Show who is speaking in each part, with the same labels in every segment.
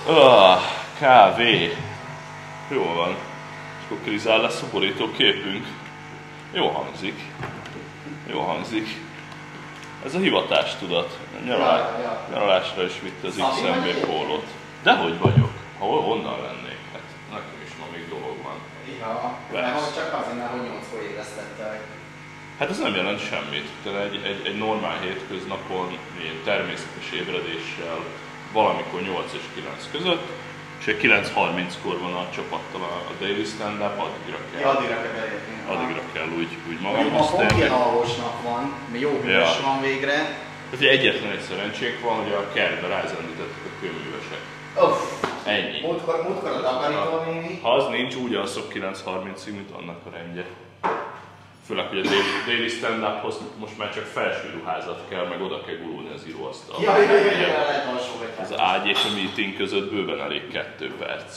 Speaker 1: Kávé. Jó van. És akkor Krizál lesz a borító képünk. Jó hangzik. Jó hangzik. Ez a hivatástudat. Nyaralásra is vitte az XMB pólót. Dehogy vagyok? Honnan lennék? Hát nekem is ma még dolog van.
Speaker 2: Ja, mert csak azért, mert hogy 8-kor éreztettek.
Speaker 1: Hát ez nem jelent semmit. Tehát egy normál hétköznapon, ilyen természetes ébredéssel, valamikor 8 és 9 között, és 9:30-kor van a csapattal a Daily Stand-up, addigra kell.
Speaker 2: Ja, addigra kell elérni.
Speaker 1: Addigra kell úgy magamhoz
Speaker 2: tenni. Pont ilyen alvós nap van, mi jó hűvös van végre.
Speaker 1: Tehát egyetlen egy szerencsénk van, hogy a kertbe rázendítettek a kőművesek. Ennyi.
Speaker 2: Múltkor a takarító néni.
Speaker 1: Ha az nincs, úgy alszok 9:30-ig, mint annak a rendje. Főleg, hogy a Daily Stand-uphoz most már csak felső ruházat kell, meg oda kell gurulni az íróasztal. Az ágy és a meeting között bőven elég 2 perc.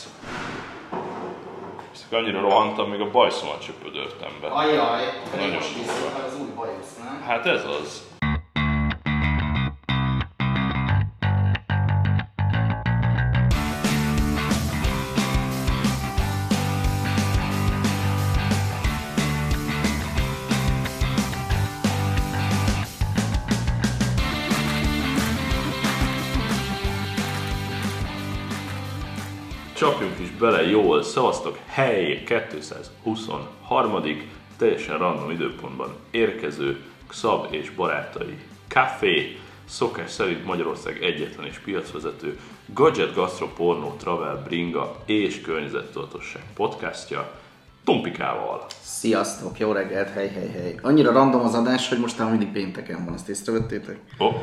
Speaker 1: És annyira rohantam, még a bajszomat se pödörtem be.
Speaker 2: Ajjaj,
Speaker 1: nagyon
Speaker 2: most vissza az új bajusz, nem?
Speaker 1: Hát ez az. Csapjunk is bele jól, szavaztok, hely 223. teljesen random időpontban érkező Xab és barátai Café, szokás szerint Magyarország egyetlen és piacvezető gadget, gastro, pornó, travel, bringa és környezettudatosság podcastja Tompikával.
Speaker 2: Sziasztok, jó reggelt, hely. Annyira random az adás, hogy most már mindig pénteken van, azt észrevettétek?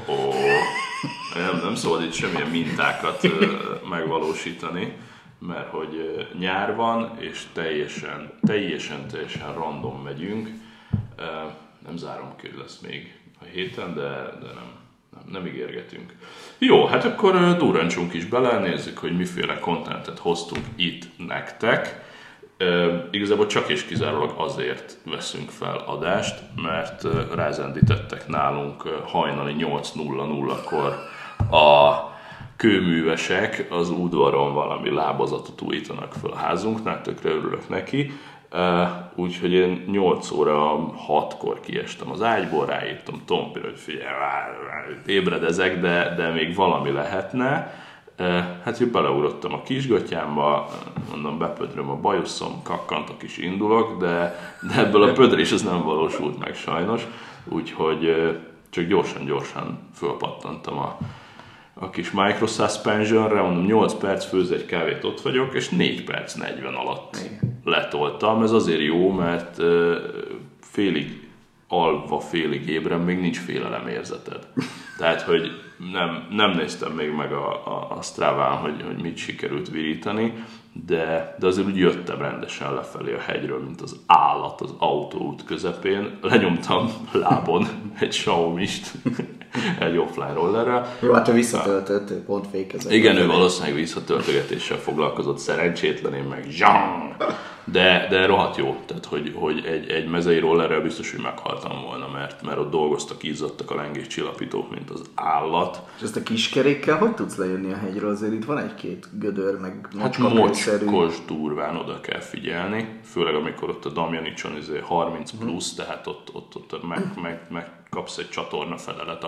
Speaker 1: Nem szabad itt semmilyen mintákat megvalósítani, mert hogy nyár van, és teljesen random megyünk. Nem zárom ki, hogy lesz még a héten, de nem ígérgetünk. Jó, hát akkor durrancsunk is bele, nézzük, hogy miféle kontentet hoztunk itt nektek. Igazából csak és kizárólag azért veszünk fel adást, mert rázendítettek nálunk hajnali 8:00-kor a kőművesek az udvaron valami lábazatot újítanak fel a házunknál, tökre örülök neki. Úgyhogy én 8 óra 6-kor kiestem az ágyból, ráírtam Tompira, hogy figyelj, ébredezek, de még valami lehetne. Hát én beleugrottam a kisgatyámba, mondom, bepödröm a bajuszom, kakkantok is indulok, de ebből a pödrés az nem valósult meg sajnos, úgyhogy csak gyorsan fölpattantam a kis microsuspensionre, mondom 8 perc főz egy kávét, ott vagyok, és 4 perc 40 alatt letoltam. Ez azért jó, mert félig alva, félig ébren még nincs félelemérzeted. Tehát, hogy nem néztem még meg a Stráván, hogy mit sikerült virítani, de azért úgy jöttem rendesen lefelé a hegyről, mint az állat az autóút közepén. Lenyomtam lábon egy Xiaomist, egy offline rollerrel.
Speaker 2: Jó, hát ő visszatöltött, pont fékezett.
Speaker 1: Igen, ő valószínűleg visszatöltögetéssel foglalkozott, szerencsétlen, én meg zsang! De rohadt jó, tehát hogy egy mezei rollerrel biztos, hogy meghaltam volna, mert ott dolgoztak, izzadtak a lengéscsillapítók, mint az állat.
Speaker 2: És ezt a kiskerékkel hogy tudsz lejönni a hegyről? Azért itt van egy-két gödör, meg
Speaker 1: hát mocskos durván oda kell figyelni, főleg amikor ott a Damjanicson 30 plusz, tehát ott megkapsz egy csatorna fedelet,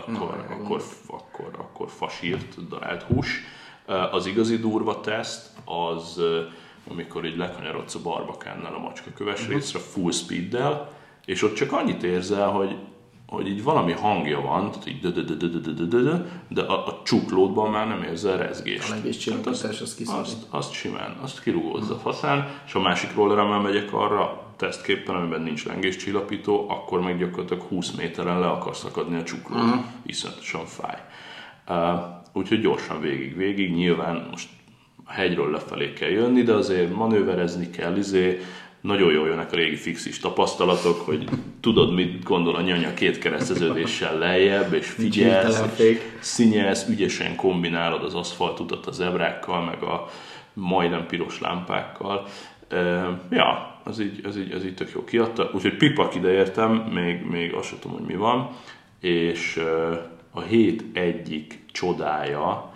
Speaker 1: akkor fasírt, darált hús. Az igazi durva teszt az, amikor így lekanyarodsz a Barbakánnál a macskaköves részre, full speeddel, és ott csak annyit érzel, hogy így valami hangja van, tehát így de a csuklódban már nem érzel rezgést.
Speaker 2: A lengéscsillapítás az kiszabad.
Speaker 1: Azt simán, azt kirúgózza a faszán, és a másik rolleremmel megyek arra tesztképpen, amiben nincs lengéscsillapító, akkor meg gyakorlatilag 20 méteren le akar szakadni a csukló. Iszonyatosan fáj. Úgyhogy gyorsan végig, nyilván most a hegyről lefelé kell jönni, de azért manőverezni kell, nagyon jól jönnek a régi fixis tapasztalatok, hogy tudod, mit gondol a nyanya 2 kereszteződéssel lejjebb, és figyelsz, és színyelsz, ügyesen kombinálod az aszfaltutat a zebrákkal, meg a majdnem piros lámpákkal. Az így tök jó kiadta. Úgyhogy pipak ideértem, még azt sem tudom, hogy mi van, és a hét egyik csodája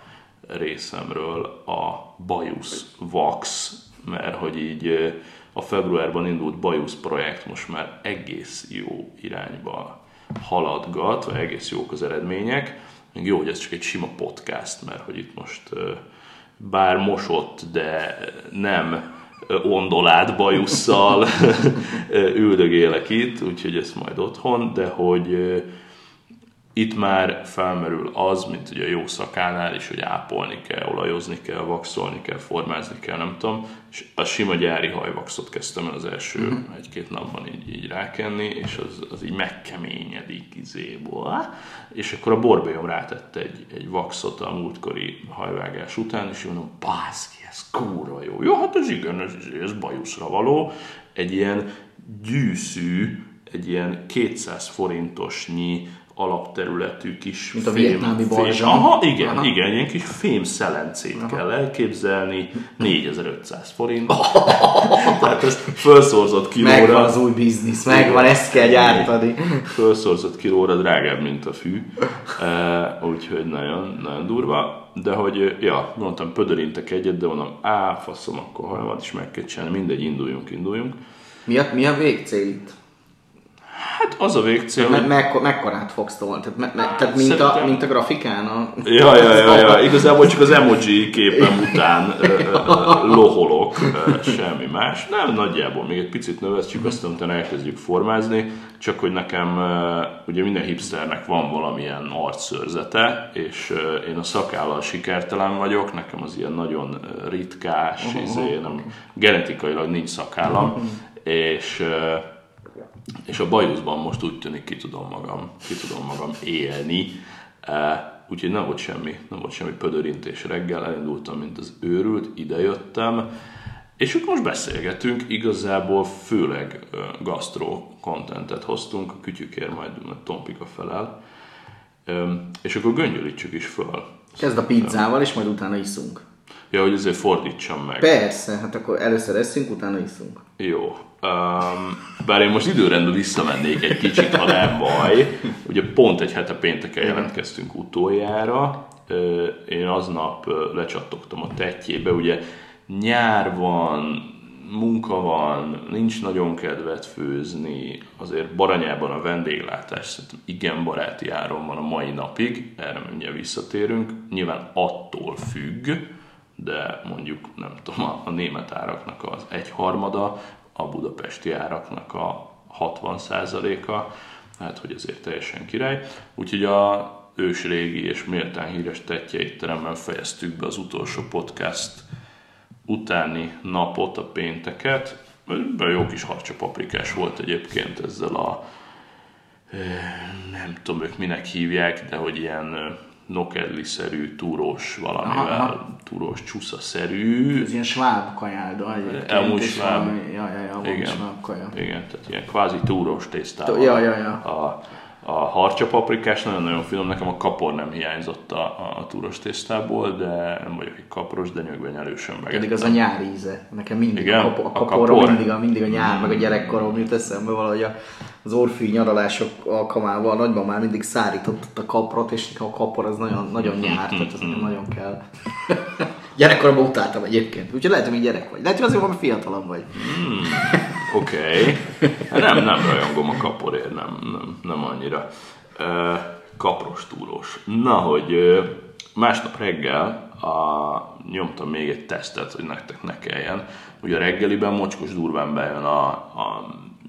Speaker 1: részemről a Bajusz Vax, mert hogy így a februárban indult Bajusz projekt most már egész jó irányba haladgat, vagy egész jók az eredmények. Még jó, hogy ez csak egy sima podcast, mert hogy itt most bár mosott, de nem ondolált bajusszal üldögélek itt, úgyhogy ezt majd otthon, de hogy itt már felmerül az, mint ugye a jó szakánál is, hogy ápolni kell, olajozni kell, vaxolni kell, formázni kell, nem tudom, és a sima gyári hajvaxot kezdtem el az első egy-két napban így rákenni, és az így megkeményedik és akkor a borbélyom rátette egy vaxot a múltkori hajvágás után, és mondom, bászki, ez kurva jó. Jó, hát ez igen, ez bajuszra való. Egy ilyen gyűszű, egy ilyen 200 forintosnyi alapterületű kis
Speaker 2: mint a vietnámi balzsam.
Speaker 1: Aha, igen, ilyen kis fém szelencét kell elképzelni, 4500 forint. Tehát ezt felszorzott kilóra.
Speaker 2: Megvan az új biznisz, megvan, ezt kell gyártani.
Speaker 1: Felszorzott kilóra drágább, mint a fű. Úgyhogy nagyon, nagyon durva. De hogy, ja, mondtam, pödörintek egyet, de mondom, faszom, akkor hajamat is meg kell csinálni, mindegy, induljunk.
Speaker 2: Mi a végcél itt?
Speaker 1: Hát az a végcél, hogy...
Speaker 2: Mekkorát fogsz tolni? Tehát mint a grafikán?
Speaker 1: Ja, igazából csak az emoji képem után loholok, semmi más. Nem, nagyjából még egy picit növesztjük, aztán utána elkezdjük formázni, csak hogy nekem, ugye minden hipsternek van valamilyen arcszőrzete, és én a szakállal sikertelen vagyok, nekem az ilyen nagyon ritkás, nem, genetikailag nincs szakállam, és a bajuszban most úgy tűnik ki tudom magam élni, úgyhogy nem volt semmi pödörintés reggel, elindultam, mint az őrült, idejöttem, és akkor most beszélgetünk, igazából főleg gasztro contentet hoztunk, a kütyükért majd Tompika felel, és akkor göngyölítsük is föl.
Speaker 2: Kezd a pizzával, és majd utána iszunk.
Speaker 1: Ja, hogy azért fordítsam meg.
Speaker 2: Persze, hát akkor először eszünk, utána iszunk.
Speaker 1: Jó. Bár én most időrendben visszamennék egy kicsit, ha nem baj. Ugye pont egy hete pénteken jelentkeztünk utoljára. Én aznap lecsattogtam a tetjébe. Ugye nyár van, munka van, nincs nagyon kedvet főzni. Azért Baranyában a vendéglátás szerintem igen baráti áron van a mai napig. Erre mindjárt visszatérünk. Nyilván attól függ, de mondjuk nem tudom, a német áraknak az 1/3, a budapesti áraknak a 60%-a, hát hogy ezért teljesen király. Úgyhogy a ősrégi és méltán híres Tettye étteremmel fejeztük be az utolsó podcast utáni napot, a pénteket. Jó kis harcsapaprikás volt egyébként ezzel a, nem tudom ők minek hívják, de hogy ilyen nokedli-szerű, túrós valamivel, túrós csusza-szerű.
Speaker 2: Ez ilyen sváb kajálda egyébként.
Speaker 1: Amúgy sváb.
Speaker 2: Igen, sváb kaja.
Speaker 1: Igen, tehát ilyen kvázi túrós tésztával.
Speaker 2: Ja.
Speaker 1: A harcsapaprikás nagyon-nagyon finom, nekem a kapor nem hiányzott a túros tésztából, de nem vagyok egy kapros, de nyögvenyelősen megettem.
Speaker 2: Pedig az a nyár íze. Nekem mindig
Speaker 1: igen?
Speaker 2: a kaporról mindig a nyár, meg a gyerekkorom jut eszembe valahogy az orfű nyaralások alkalmával nagyban már mindig szárított a kaprot, és a kapor az nagyon, nagyon nyár, tehát az nagyon kell. Gyerekkoromban utáltam egyébként, úgyhogy lehet, hogy még gyerek vagy. Lehet, hogy azért, hogy fiatalabb vagy.
Speaker 1: Oké. Nem rajongom a kaporért, nem annyira. Kapros túrós. Na, hogy másnap reggel nyomtam még egy tesztet, hogy nektek ne kelljen. Ugye a reggeliben mocskos durván bejön a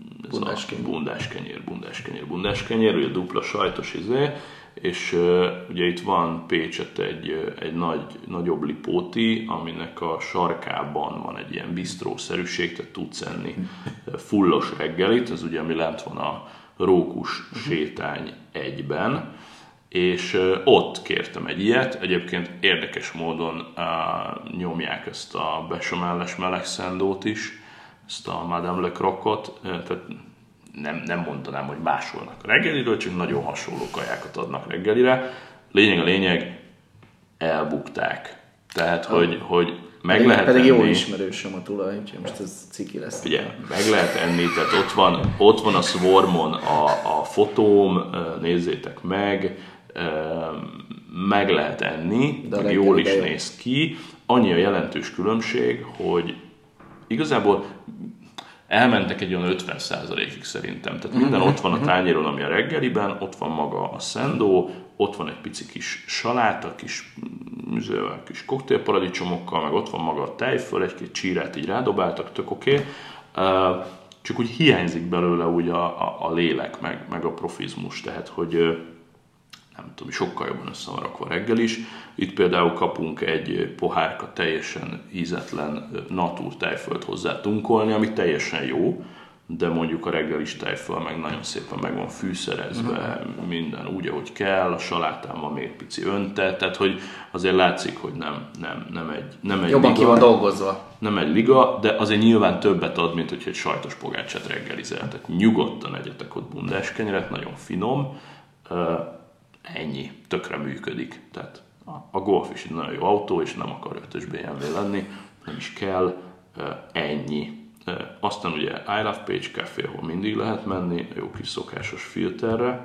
Speaker 1: bundáskenyér, ugye dupla sajtos és ugye itt van Pécset egy nagyobb lipóti, aminek a sarkában van egy ilyen bisztrószerűség, tehát tudsz enni fullos reggelit, ez ugye ami lent van a Rókus sétány 1-ben, és ott kértem egy ilyet, egyébként érdekes módon nyomják ezt a bechamelles melegszendót is, ezt a Madame Le Croc-ot, tehát nem mondanám, hogy másolnak a reggeliről, csak nagyon hasonló kajákat adnak reggelire. Lényeg, elbukták. Tehát, hogy meg lehet
Speaker 2: pedig
Speaker 1: enni.
Speaker 2: jól ismerősöm a tulaj, úgyhogy most ez ciki lesz.
Speaker 1: Ugye, meg lehet enni, tehát ott van a Swarmon a fotóm, nézzétek meg, meg lehet enni, meg jól is néz ki. Annyi a jelentős különbség, hogy igazából elmentek egy olyan 50%-ig szerintem. Tehát minden ott van a tányéron, ami a reggeliben, ott van maga a szendó, ott van egy pici kis saláta, kis koktélparadicsomokkal, meg ott van maga a tejföl, egy-két csírát így rádobáltak, tök oké. Csak úgy hiányzik belőle úgy a lélek, meg a profizmus, tehát hogy nem tudom, sokkal jobban össze van rakva reggel is. Itt például kapunk egy pohárka teljesen ízetlen natúr tejfölt hozzá tunkolni, ami teljesen jó, de mondjuk a reggelis tejföl meg nagyon szépen meg van fűszerezve, minden úgy, ahogy kell, a salátán van még pici önte, tehát hogy azért látszik, hogy nem egy
Speaker 2: jobban
Speaker 1: liga,
Speaker 2: ki van dolgozva.
Speaker 1: Nem egy liga, de azért nyilván többet ad, mint hogyha egy sajtos pogácsát reggelizel. Tehát nyugodtan egyetek ott bundáskenyeret, nagyon finom, ennyi, tökre működik. Tehát a Golf is egy nagyon jó autó, és nem akar 5-ös BMW lenni, nem is kell, ennyi. Aztán ugye I Love Page Café, ahol mindig lehet menni, jó kis szokásos filterre.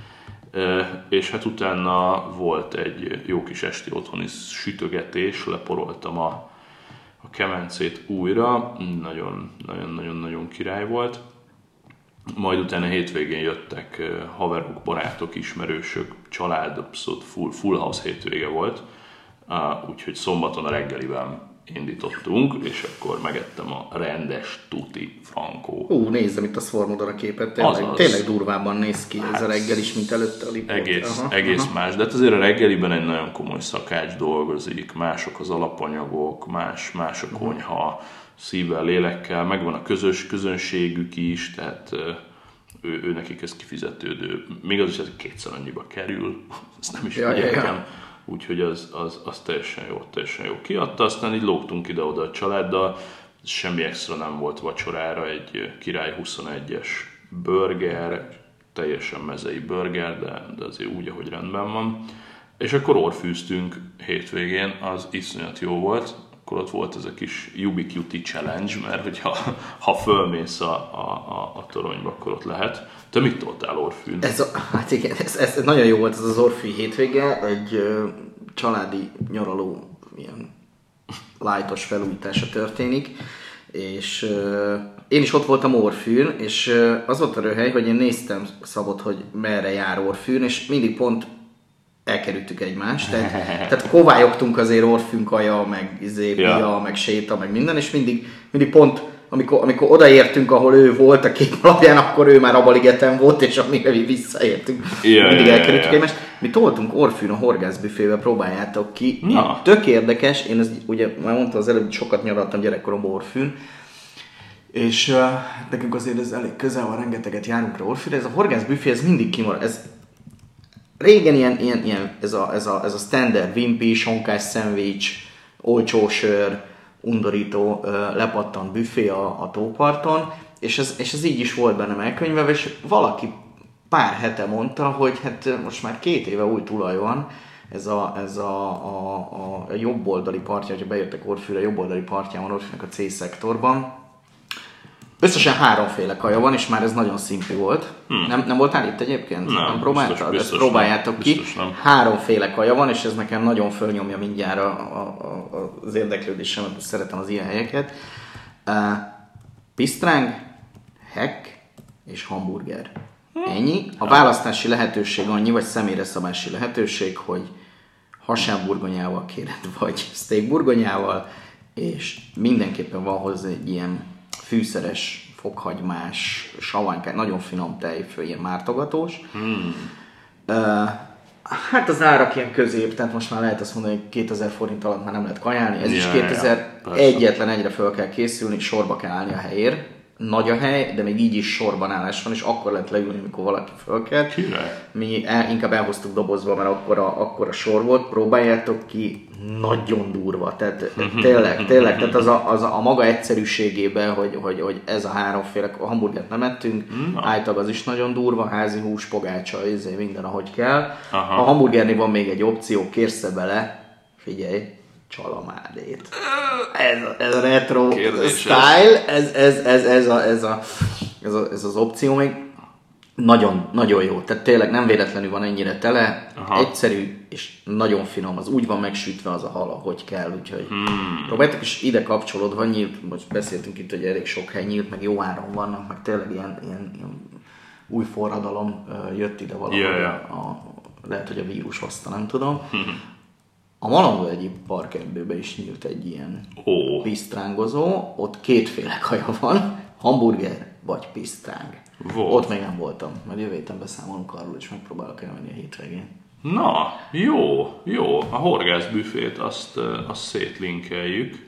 Speaker 1: És hát utána volt egy jó kis esti otthoni sütögetés, leporoltam a kemencét újra, nagyon király volt. Majd utána hétvégén jöttek haverok, barátok, ismerősök, család, abszolút full house hétvége volt. Úgyhogy szombaton a reggeliben indítottunk, és akkor megettem a rendes tuti frankó.
Speaker 2: Nézzem itt a Swarmodon a képet, tényleg durvábban néz ki ez a reggel is, mint előtte a Lipot.
Speaker 1: Egész más, de hát azért a reggeliben egy nagyon komoly szakács dolgozik, mások az alapanyagok, más a konyha, szívvel, lélekkel, megvan a közönségük is, tehát ő nekik ez kifizetődő. Még az is, hogy kétszer annyiba kerül, ezt nem is figyeltem. Úgyhogy az teljesen jó kiadta, aztán így lógtunk ide-oda a családdal, semmi extra nem volt vacsorára, egy Király 21-es burger, teljesen mezei burger, de azért úgy, ahogy rendben van. És akkor orrfűztünk hétvégén, az iszonyat jó volt, akkor ott volt ez a kis Ubiquity Challenge, mert hogyha fölmész a toronyba, akkor ott lehet. Te mit toltál orrfűn?
Speaker 2: Hát igen, ez nagyon jó volt ez az orrfű hétvége, egy családi nyaraló, ilyen lightos felújítása történik, és én is ott voltam orrfűn, és az volt a röhely, hogy én néztem Szabot, hogy merre jár orrfűn, és mindig pont elkerültük egymást, tehát kovályogtunk azért orrfűn kaja, meg pia, meg séta, meg minden, és mindig pont amikor odaértünk, ahol ő volt a kép alapján, akkor ő már Abaligeten volt, és amíg mi visszaértünk, mindig elkerültük egymást. Mi toltunk orrfűn a horgászbüfébe, próbáljátok ki. Tök érdekes, én ezt ugye már mondtam az előbb, sokat nyaraltam gyerekkoromban orrfűn, és nekünk azért ez elég közel van, rengeteget járunk rá orrfűre, ez a horgászbüfé, ez mindig kimarad. Ez régen ilyen ez a standard wimpy, sonkás szendvics, olcsó sör, undorító, lepattant büfé a tóparton, és ez így is volt bennem elkönyvelve, és valaki pár hete mondta, hogy hát most már 2 éve új tulaj van, ez a jobboldali partja, hogyha bejöttek Orrfűre, jobboldali partján van Orrfűnek a C-szektorban. Összesen 3 kaja van, és már ez nagyon szimpi volt. Nem voltál itt egyébként? Nem próbáltad?
Speaker 1: Biztos
Speaker 2: ezt próbáljátok ki.
Speaker 1: Nem.
Speaker 2: 3 kaja van, és ez nekem nagyon fölnyomja mindjárt az érdeklődésemet, szeretem az ilyen helyeket. Pisztráng, hek és hamburger. Ennyi. A választási lehetőség annyi, vagy személyre szabási lehetőség, hogy hasábburgonyával kéred, vagy steakburgonyával, és mindenképpen van hozzá egy ilyen fűszeres, fokhagymás, savanyká, nagyon finom tejföl, ilyen mártogatós. Hát az árak ilyen közép, tehát most már lehet azt mondani, hogy 2000 forint alatt már nem lehet kajálni. Ez is 2000, egyetlen egyre föl kell készülni, sorba kell állni a helyért. Nagy a hely, de még így is sorban állás van, és akkor lehet leülni, amikor valaki fölkelt. Mi inkább elhoztuk dobozba, mert akkor a sor volt, próbáljátok ki, nagyon durva, tehát tényleg, tehát az a maga egyszerűségében, hogy ez a 3 a hamburgert nem ettünk, állítólag az is nagyon durva, házi hús, pogácsa, minden ahogy kell. Aha. A hamburgernél van még egy opció, kérsz bele, figyelj, csalamádét. Ez a retro style, ez az opció még. Nagyon, nagyon jó. Tehát tényleg nem véletlenül van ennyire tele,
Speaker 1: Aha.
Speaker 2: egyszerű és nagyon finom. Az úgy van megsütve az a hal, ahogy kell, úgyhogy próbáltak is ide kapcsolódva, nyílt, most beszéltünk itt, hogy elég sok hely nyílt, meg jó áron vannak, meg tényleg ilyen új forradalom jött ide valahol. Lehet, hogy a vírus hozta, nem tudom. A Malomvölgyi Parkerdőben is nyílt egy ilyen pisztrángozó, ott kétféle kaja van, hamburger vagy pisztráng. Ott még nem voltam, majd jövő héten beszámolunk arról, és megpróbálok elmenni a hétvégén.
Speaker 1: Na, jó. A horgászbüfét azt szétlinkeljük,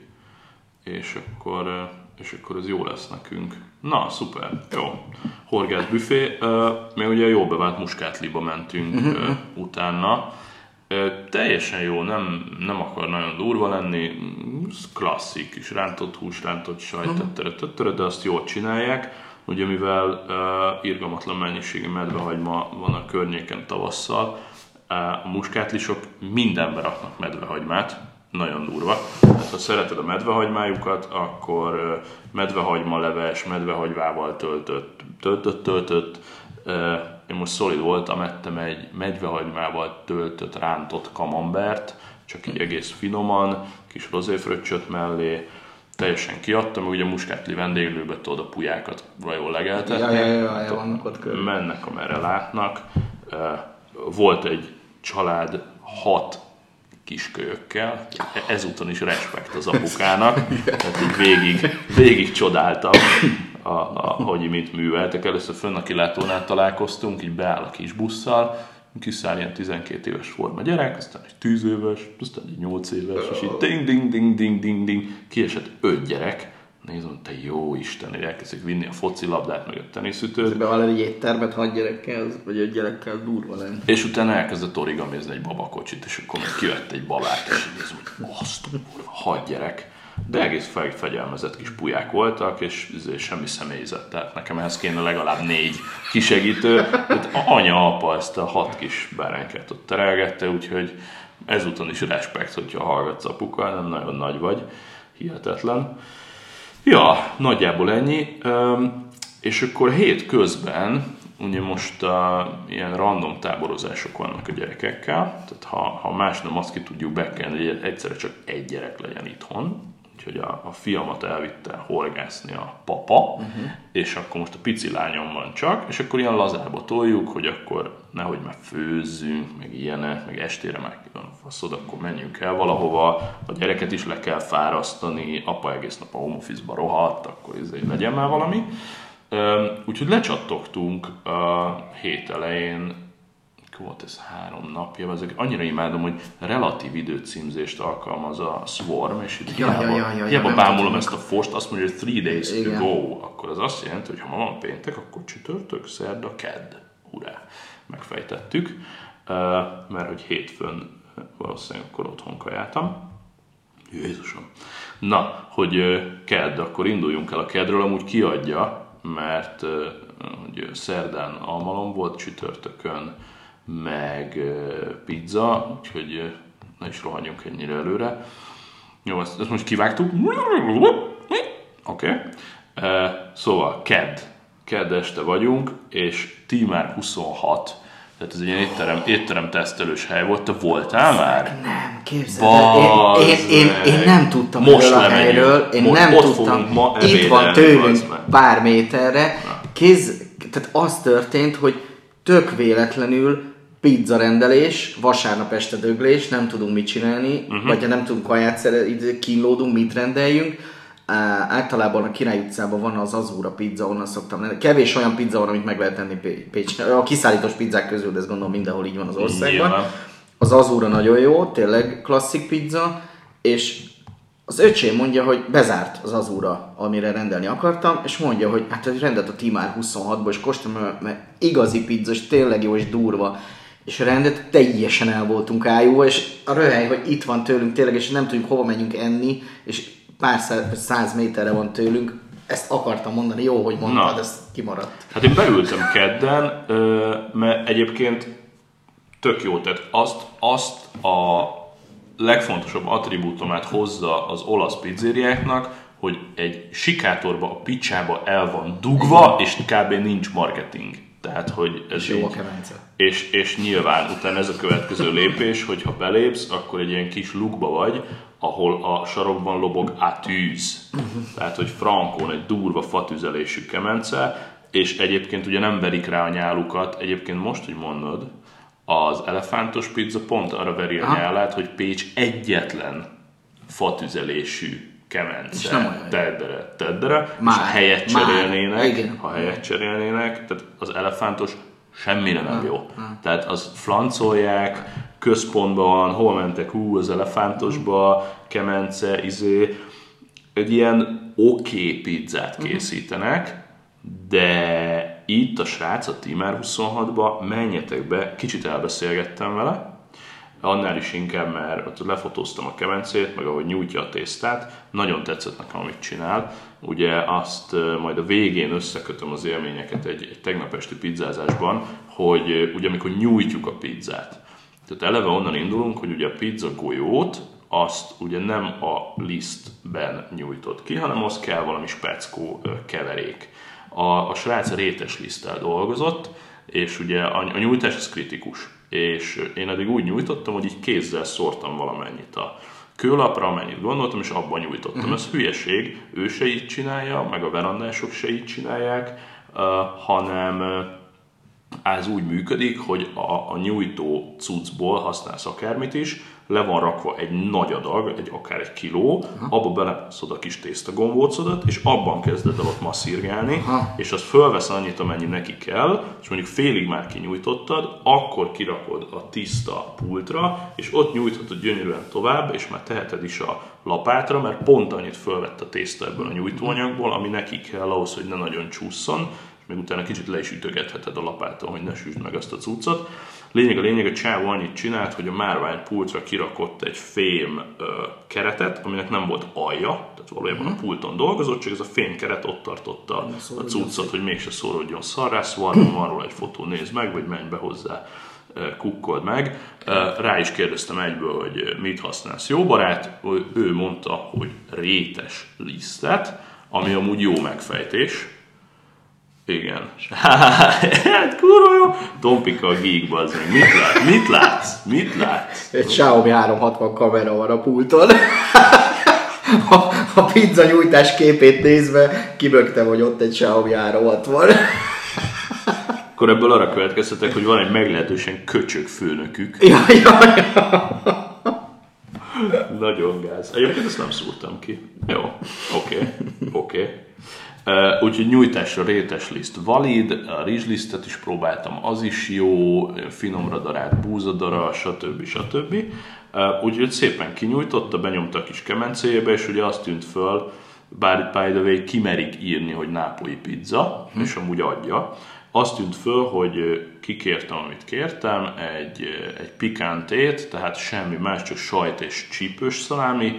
Speaker 1: és akkor ez jó lesz nekünk. Na, szuper, jó. Horgászbüfé, mi ugye jó bevált Muskátliba mentünk utána. Teljesen jó, nem akar nagyon durva lenni, klasszik is, rántott hús, rántott sajt, de azt jól csinálják. Ugye mivel irgalmatlan mennyiségű medvehagyma van a környéken tavasszal, a muskátlisok mindenbe raknak medvehagymát, nagyon durva. Hát, ha szereted a medvehagymájukat, akkor medvehagyma-leves, medvehagyvával töltött. Én most szolid voltam, ettem egy medvehagymával töltött rántott kamembert, csak így egész finoman, kis rozéfröccsöt mellé, teljesen kiadtam, ugye a muskátli vendéglőbe tudod a pulyákat jól legeltetni.
Speaker 2: Vannak ott körül.
Speaker 1: Mennek, amerre látnak. Volt egy család 6 kiskölyökkel, ezúton is respekt az apukának, tehát így végig csodáltam, hogy mit műveltek. Először fönn a kilátónál találkoztunk, így beáll a kis busszal, kiszáll ilyen 12 éves forma gyerek, aztán egy 10 éves, aztán egy 8 éves, és így ding, kiesett 5 gyerek. Nézom, te jó Isten, hogy elkezdik vinni a focilabdát, meg a teniszütőt.
Speaker 2: Be van egy éttermet 6 gyerekkel, vagy 5 gyerekkel durva lenni.
Speaker 1: És utána elkezdett origamizni egy babakocsit, és akkor még kivett egy babát, és így nézom, hogy azt a 6 gyerek. De egész fegyelmezett kis pulyák voltak, és semmi személyzet, tehát nekem ehhez kéne legalább 4 kisegítő. Tehát anya-apa ezt a 6 kis báránykát ott terelgette, úgyhogy ezúton is respekt, hogyha hallgatsz apuka, nem nagyon nagy vagy, hihetetlen. Ja, nagyjából ennyi. És akkor hét közben, ugye most ilyen random táborozások vannak a gyerekekkel, tehát ha más nem, azt ki tudjuk bekelni, hogy egyszerre csak egy gyerek legyen itthon, úgyhogy a fiamat elvitte horgászni a papa, és akkor most a pici lányom van csak, és akkor ilyen lazába toljuk, hogy akkor nehogy már főzzünk, meg ilyenek, meg estére már ki van a faszod, akkor menjünk el valahova, a gyereket is le kell fárasztani, apa egész nap a home office-ba rohadt, akkor legyen már valami. Úgyhogy lecsattogtunk a hét elején, volt ez 3 napja, ezek annyira imádom, hogy relatív időcímzést alkalmaz a Swarm, és itt hiába bámulom ezt a fost, azt mondja, hogy 3 days to go, akkor az azt jelenti, hogy ha ma van péntek, akkor csütörtök, szerda, kedd. Hurrá! Megfejtettük, mert hogy hétfőn valószínűleg akkor otthon kajáltam. Jézusom! Na, hogy kedd, akkor induljunk el a keddről, amúgy kiadja, mert hogy szerdán almalom volt, csütörtökön meg pizza, úgyhogy ne is rohanjunk ennyire előre. Jó, ezt most kivágtuk. Oké. Szóval kedd este vagyunk, és ti már 26, tehát ez egy ilyen étterem tesztelős hely volt. Te voltál már?
Speaker 2: Nem, képzeld. Én nem tudtam most erről a helyről. Én nem tudtam. Itt van tőlünk pár méterre. Tehát az történt, hogy tök véletlenül pizza rendelés, vasárnap este döglés, nem tudunk mit csinálni, vagy ha nem tudunk kaját kínlódunk, mit rendeljünk. Általában a Király utcában van az Azura pizza, onnan szoktam lenni. Kevés olyan pizza van, amit meg lehet tenni Pécsen. A kiszállítós pizzák közül, de ezt gondolom mindenhol így van az országban. Yeah. Az Azura nagyon jó, tényleg klasszik pizza, és az öcsém mondja, hogy bezárt az Azura, amire rendelni akartam, és mondja, hogy hát rendelt a Timár 26-ból, és kóstolom, mert igazi pizza, és tényleg jó, és durva. És a rendet teljesen el voltunk ájúva, és a röhely, hogy itt van tőlünk tényleg, és nem tudjuk hova menjünk enni, és pár 100 méterre van tőlünk. Ezt akartam mondani, jó, hogy mondtad, ez kimaradt.
Speaker 1: Hát én beültem kedden, mert egyébként tök jó, tehát azt a legfontosabb attribútumát hozza az olasz pizzériáknak, hogy egy sikátorba, a picsába el van dugva, és kb. Nincs marketing. Tehát, hogy ez
Speaker 2: jó a kemence.
Speaker 1: És nyilván utána ez a következő lépés, hogy ha belépsz, akkor egy ilyen kis lukba vagy, ahol a sarokban lobog a tűz. Tehát, hogy frankón egy durva fatüzelésű kemence, és egyébként ugye nem verik rá a nyálukat. Egyébként most, hogy mondod, az elefántos pizza pont arra veri a nyálát, hogy Pécs egyetlen fatüzelésű kemence, teddere, és ha helyet cserélnének, tehát az elefántos semmire nem jó. Tehát az flancolják, központban van, hol mentek, az elefántosba, kemence, egy ilyen oké pizzát készítenek, de itt a srác a Tímár 26-ba, menjetek be, kicsit elbeszélgettem vele, annál is inkább, mert ott lefotóztam a kemencét, meg ahogy nyújtja a tésztát, nagyon tetszett nekem, amit csinál. Ugye azt majd a végén összekötöm az élményeket egy tegnap esti pizzázásban, hogy ugye amikor nyújtjuk a pizzát. Tehát eleve onnan indulunk, hogy ugye a pizza golyót, azt ugye nem a lisztben nyújtott ki, hanem az kell valami speckó keverék. A srác rétes liszttel dolgozott, és ugye a nyújtás az kritikus. És én eddig úgy nyújtottam, hogy így kézzel szórtam valamennyit a kőlapra, amennyit gondoltam, és abban nyújtottam. Ez hülyeség, ő se így csinálja, meg a verandások se így csinálják, hanem ez úgy működik, hogy a nyújtó cuccból használsz akármit is, le van rakva egy nagy adag, akár egy kiló, abba belepszod a kis tésztagombócodat, és abban kezded el ott masszírgálni, és az fölvesz annyit, amennyi neki kell, és mondjuk félig már kinyújtottad, akkor kirakod a tiszta pultra, és ott nyújthatod gyönyörűen tovább, és már teheted is a lapátra, mert pont annyit fölvett a tészta ebből a nyújtóanyagból, ami neki kell ahhoz, hogy ne nagyon csúszson, még utána kicsit le is ütögetheted a lapáton, hogy ne süsd meg azt a cuccot. A csávó annyit csinált, hogy a márvány pultra kirakott egy fém keretet, aminek nem volt alja, tehát valójában a pulton dolgozott, csak ez a fém keret ott tartotta a cuccot, hogy mégse szórodjon szarrá, szóval van róla egy fotó, nézd meg, vagy menj be hozzá, kukkold meg. Rá is kérdeztem egyből, hogy mit használsz. Jó barát, ő mondta, hogy rétes lisztet, ami amúgy jó megfejtés. Igen. Hát kurva jó. Tompika a geekba, az meg. Mit látsz?
Speaker 2: Egy Xiaomi 360 kamera van a pulton. A pizza nyújtás képét nézve kibögtem, hogy ott egy Xiaomi 360.
Speaker 1: Akkor ebből arra következtetek, hogy van egy meglehetősen köcsög főnökük.
Speaker 2: Ja.
Speaker 1: Nagyon gáz. Egyébként ezt nem szúrtam ki. Jó, oké. Úgyhogy nyújtásra rétes liszt valid, a rizslisztet is próbáltam, az is jó, finomra darált búzadara, stb. Úgyhogy szépen kinyújtotta, benyomta a kis kemencéjébe, és ugye azt tűnt föl, bár by the way kimerik írni, hogy nápolyi pizza, és amúgy adja. Azt tűnt föl, hogy kikértem, amit kértem, egy pikantét, tehát semmi más, csak sajt és csípős szalámi,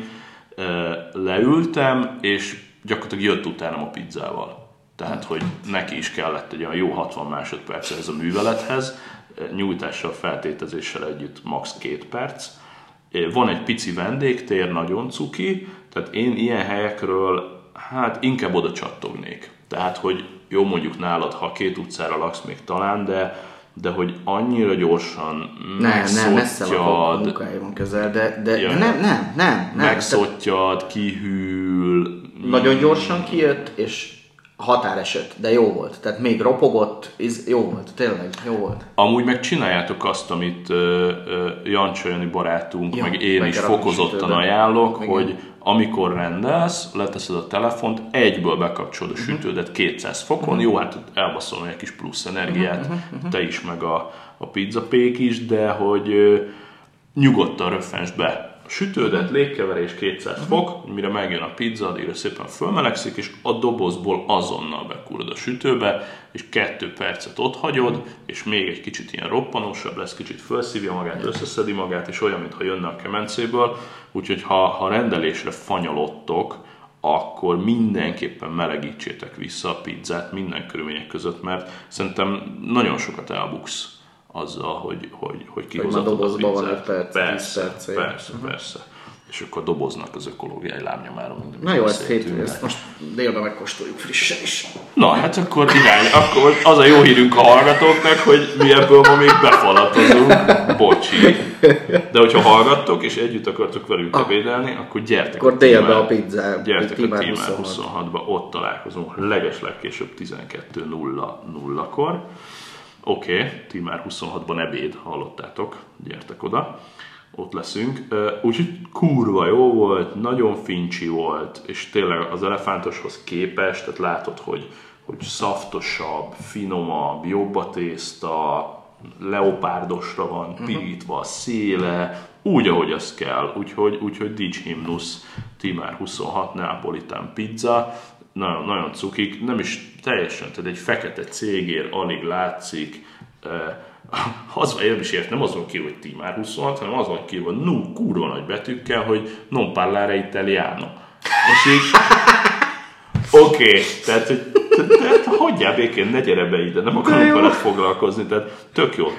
Speaker 1: leültem, és gyakorlatilag jött utánam a pizzával. Tehát, hogy neki is kellett egy olyan jó 60 másodperc ez a művelethez, nyújtással, feltétezéssel együtt max. 2 perc. Van egy pici vendégtér, nagyon cuki, tehát én ilyen helyekről hát inkább oda csattognék. Tehát, hogy jó mondjuk nálad, ha 2 utcára laksz még talán, de hogy annyira gyorsan
Speaker 2: megszottyad, messze van közel, de nem.
Speaker 1: Megszottyad, kihűl.
Speaker 2: Nagyon gyorsan kijött, és határeset, de jó volt. Tehát még ropogott, jó volt, tényleg jó volt.
Speaker 1: Amúgy meg csináljátok azt, amit Jancsa Jani barátunk, meg én is fokozottan ajánlok, hogy amikor rendelsz, leteszed a telefont, egyből bekapcsolod a sütődet 200 fokon, jó, hát elbaszol egy kis plusz energiát, te is, meg a pizzapék is, de hogy nyugodtan röffensd be a sütődet, légkeverés 200 fok, mire megjön a pizza, addigra szépen fölmelegszik, és a dobozból azonnal bekúrod a sütőbe, és 2 percet ott hagyod, és még egy kicsit ilyen roppanósabb lesz, kicsit felszívja magát, összeszedi magát, és olyan, mintha jönne a kemencéből. Úgyhogy ha rendelésre fanyalodtok, akkor mindenképpen melegítsétek vissza a pizzát minden körülmények között, mert szerintem nagyon sokat elbuksz azzal, hogy kihozatod a pizzát.
Speaker 2: Van 5 perc,
Speaker 1: persze. és akkor doboznak az ökológiai lábnyomára.
Speaker 2: Na jó, ezt most délben megkóstoljuk frissen is.
Speaker 1: Na, hát akkor akkor az a jó hírünk a hallgatóknak, hogy mi ebből ma még befalatozunk. Bocsi. De hogyha hallgattok, és együtt akartok velünk ebédélni, akkor gyertek
Speaker 2: akkor délbe a pizzá.
Speaker 1: Gyertek a Tímár 26-ba, ott találkozunk legeslegkésőbb 12:00-kor. Oké, Tímár 26-ban ebéd, hallottátok, gyertek oda. Ott leszünk. Úgyhogy kurva jó volt, nagyon fincsi volt, és tényleg az elefántoshoz képest, tehát látod, hogy szaftosabb, finomabb, jobb a tészta, leopárdosra van pirítva a széle, úgy, ahogy az kell. Úgyhogy Dics Himnusz, Tímár 26 neapolitán pizza, nagyon, nagyon cukik, nem is teljesen, tehát egy fekete cégér alig látszik, én is értem, nem az van kírva, hogy Tímár 26, hanem az van kírva kurva nagy betűkkel, hogy non parlare italiano. És így, oké, tehát hagyjál békén, ne gyere be ide, nem akarunk veled foglalkozni, tehát tök jó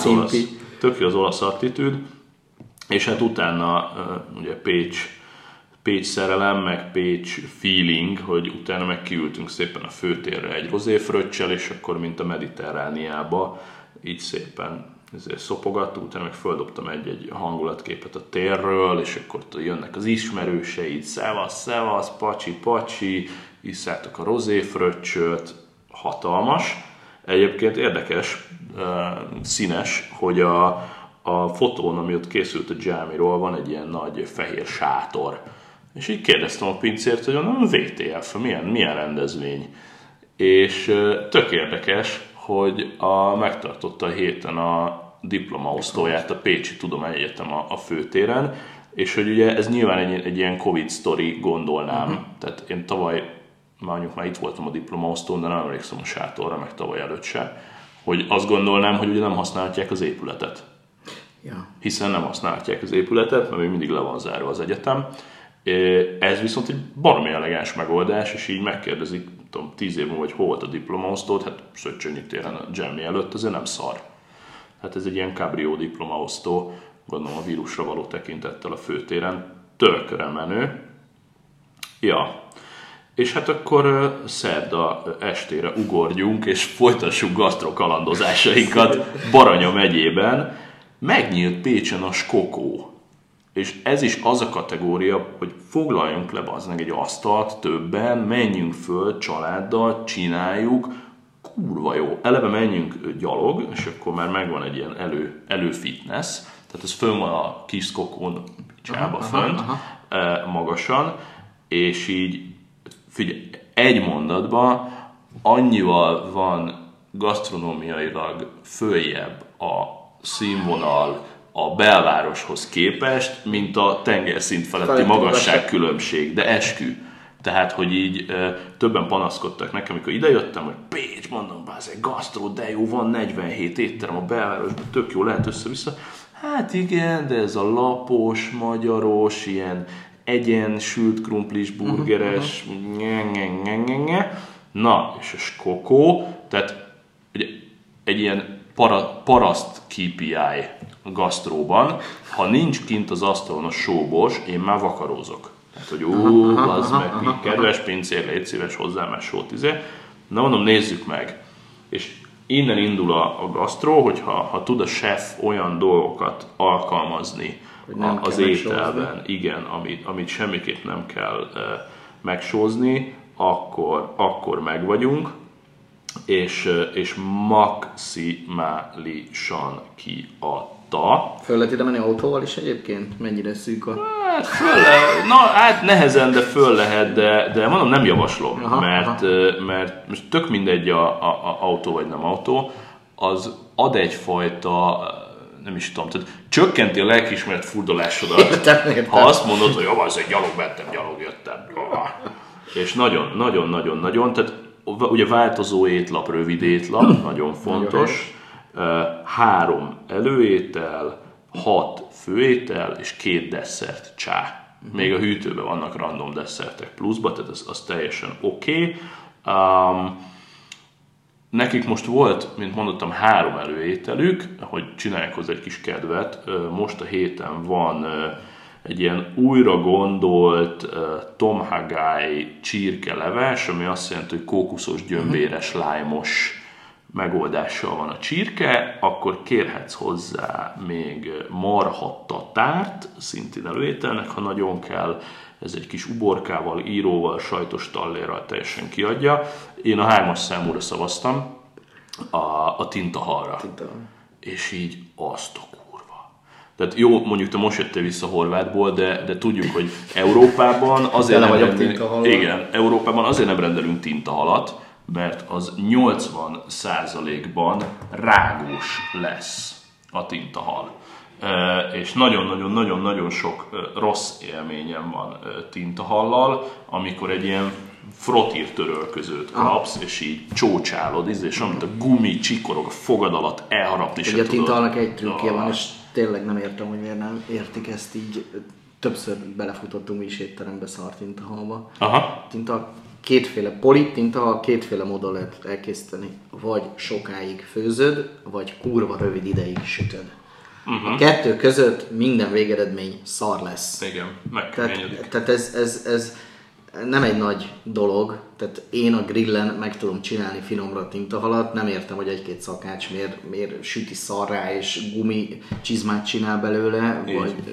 Speaker 1: az olasz attitűd, és hát utána ugye Pécs szerelem, meg Pécs feeling, hogy utána meg kiültünk szépen a főtérre egy rozéfröccsel, és akkor mint a Mediterrániába, így szépen szopogattuk, utána meg földobtam egy hangulatképet a térről, és akkor jönnek az ismerőseid, szevasz, pacsi, isszátok a rozéfröccsöt, hatalmas. Egyébként érdekes, színes, hogy a fotón, ami ott készült a Jámiról, van egy ilyen nagy fehér sátor. És így kérdeztem a pincért, hogy onnan VTF, milyen rendezvény. És tök érdekes, hogy megtartotta a héten a diplomaosztóját a Pécsi Tudományegyetem a főtéren, és hogy ugye ez nyilván egy ilyen Covid sztori, gondolnám. Tehát én tavaly, már itt voltam a diplomaosztón, de nem emlékszem a sátorra, meg tavaly előtt se, hogy azt gondolnám, hogy ugye nem használhatják az épületet.
Speaker 2: Ja.
Speaker 1: Hiszen nem használhatják az épületet, mert még mindig le van zárva az egyetem. Ez viszont egy baromi elegáns megoldás, és így megkérdezik, tudom, 10 év múlva, hogy hol volt a diplomaosztód, hát Szöccsönyi téren a Jammi előtt, azért nem szar. Hát ez egy ilyen kabrió diplomaosztó, gondolom a vírusra való tekintettel a főtéren, tökre menő. Ja, és hát akkor szerda estére ugorjunk, és folytassuk gasztrokalandozásainkat Baranya megyében. Megnyílt Pécsen a Skokó. És ez is az a kategória, hogy foglaljunk le bazdmeg egy asztalt többen, menjünk föl családdal, csináljuk, kurva jó. Eleve menjünk gyalog, és akkor már megvan egy ilyen előfitness, tehát ez fönn van a kis Skokón, csába fönt, magasan, és így figyelj, egy mondatban annyival van gasztronómiailag följebb a színvonal a belvároshoz képest, mint a tengerszint feletti magasságkülönbség, de eskü. Tehát, hogy így többen panaszkodtak nekem, amikor idejöttem, hogy Pécs, mondom, egy gasztró, de jó, van 47 étterem a belvárosban, tök jó, lehet össze-vissza. Hát igen, de ez a lapos, magyaros, ilyen sült krumplis, burgeres, Na, és a Skokó, tehát ugye, egy ilyen paraszt KPI a gasztróban, ha nincs kint az asztalon a sóbors, én már vakarózok. Tehát, hogy az meg, kedves pincér, légy szíves hozzá már sót, Na mondom, nézzük meg. És innen indul a gasztró, hogyha tud a chef olyan dolgokat alkalmazni az ételben, igen, amit semmiképp nem kell megsózni, akkor meg vagyunk, és maximálisan kiadta.
Speaker 2: Föl lehet ide menni autóval is egyébként? Mennyire szűk a...
Speaker 1: Hát nehezen, de föl lehet, de mondom, nem javaslom, mert most tök mindegy a autó vagy nem autó, az ad egyfajta, nem is tudom, tehát csökkenti a lelkiismeret furdalásodat, ha azt mondod, hogy jó, az egy gyalog mentem, gyalog jöttem. És nagyon, tehát ugye változó étlap, rövid étlap, nagyon fontos. 3 előétel, 6 főétel és 2 desszert csá. Még a hűtőben vannak random desszertek pluszba, tehát az teljesen oké. Nekik most volt, mint mondottam, 3 előételük, hogy csinálják hozzá egy kis kedvet. Most a héten van egy ilyen újra gondolt Tom Hagai csirkeleves, ami azt jelenti, hogy kókuszos, gyömbéres, lájmos megoldással van a csirke, akkor kérhetsz hozzá még marha tatárt, szintén előételnek, ha nagyon kell. Ez egy kis uborkával, íróval, sajtos tallérral teljesen kiadja. Én a 3-as számúra szavaztam, a tintahalra. És így azt a kurva. Tehát jó, mondjuk te most jöttél vissza Horvátból, de tudjuk, hogy Európában azért Európában azért nem rendelünk tintahalat, mert az 80%-ban rágós lesz a tintahal. És nagyon-nagyon sok rossz élményem van tintahallal, amikor egy ilyen frotírtörölközőt kapsz, és így csócsálod, és amit a gumi csikorog a fogad alatt elharapni se
Speaker 2: tudod. A tintahalnak egy trükkje van, és tényleg nem értem, hogy miért nem értik ezt így. Többször belefutottunk mi is étterembe szar tintahalba. Kétféle politinta, kétféle módon lehet elkészíteni. Vagy sokáig főzöd, vagy kurva rövid ideig sütöd. A kettő között minden végeredmény szar lesz.
Speaker 1: Igen, megkeményedik.
Speaker 2: Tehát ez nem egy nagy dolog. Tehát én a grillen meg tudom csinálni finomra tintahalat. Nem értem, hogy egy-két szakács miért süti szarrá és gumi csizmát csinál belőle.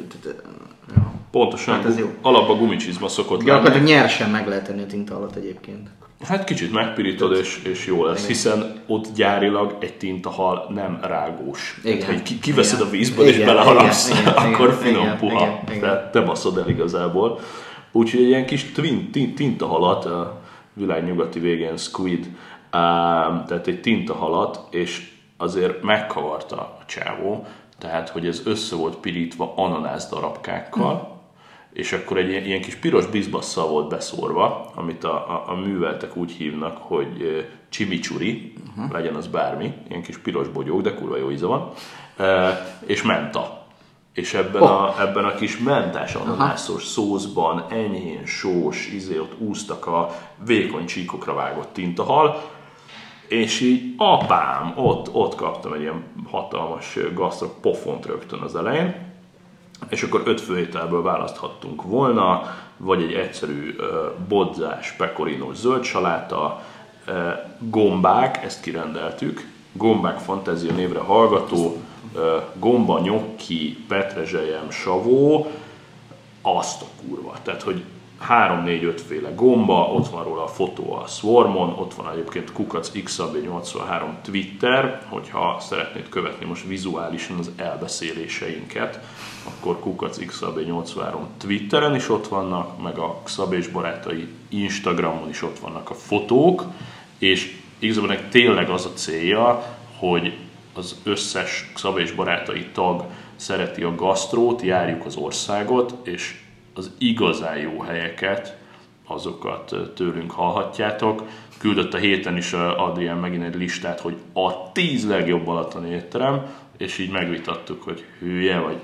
Speaker 1: Pontosan, hát alapban gumicsizma szokott lenni.
Speaker 2: Gyakorlatilag nyersen meg lehet tenni a tintahalat egyébként.
Speaker 1: Hát kicsit megpirítod és jó lesz, hiszen ott gyárilag egy tintahal nem rágós. Tehát, ha kiveszed a vízből és beleharapsz, akkor finom puha. Tehát te baszod el igazából. Úgyhogy egy ilyen kis tintahalat, a világ nyugati végén squid, tehát egy tintahalat, és azért megkavarta a csávó, tehát hogy ez össze volt pirítva ananász darabkákkal, és akkor egy ilyen kis piros bizbasszal volt beszórva, amit a műveltek úgy hívnak, hogy chimichurri, legyen az bármi, ilyen kis piros bogyók, de kurva jó íze van, és menta. És ebben a kis mentás ananászos szószban enyhén sós, ott úsztak a vékony csíkokra vágott tintahal, és így apám, ott kaptam egy ilyen hatalmas gasztro pofont rögtön az elején, és akkor 5 főételből választhattunk volna, vagy egy egyszerű bodzás, pekorinos zöld saláta, gombák, ezt kirendeltük, gombák fantázia névre hallgató, gomba, nyokki, petrezselyem, savó, azt a kurva. Tehát, hogy 3-4-5 féle gomba, ott van róla a fotó a Swarmon, ott van egyébként kukacxab83 Twitter, hogyha szeretnéd követni most vizuálisan az elbeszéléseinket, akkor kukacxab83 Twitteren is ott vannak, meg a Xab és barátai Instagramon is ott vannak a fotók, és igazából tényleg az a célja, hogy az összes Xab és barátai tag szereti a gasztrót, járjuk az országot, és az igazán jó helyeket, azokat tőlünk hallhatjátok. Küldött a héten is Adrián megint egy listát, hogy a 10 legjobb balatoni étterem, és így megvitattuk, hogy hülye, vagy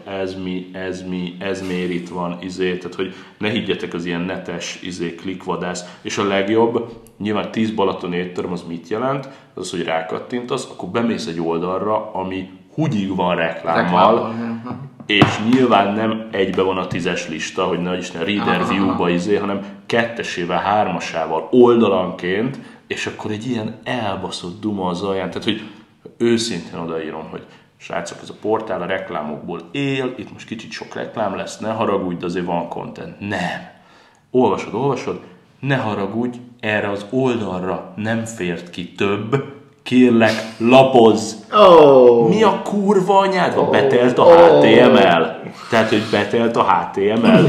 Speaker 1: ez miért itt van, tehát hogy ne higgyetek az ilyen netes klikvadász, és a legjobb, nyilván 10 balatoni étterem az mit jelent, az, hogy rákattintasz, akkor bemész egy oldalra, ami húgyig van reklámmal, és nyilván nem egybe van a 10-es lista, hogy ne Isten Reader View-ba hanem 2-esével, 3-asával oldalanként, és akkor egy ilyen elbaszott duma az alján, tehát hogy őszintén odaírom, hogy srácok, ez a portál a reklámokból él, itt most kicsit sok reklám lesz, ne haragudj, de azért van content. Nem. Olvasod, ne haragudj, erre az oldalra nem fért ki több, kérlek, lapozz! Mi a kurva anyád van? Betelt a HTML. Tehát, hogy betelt a HTML,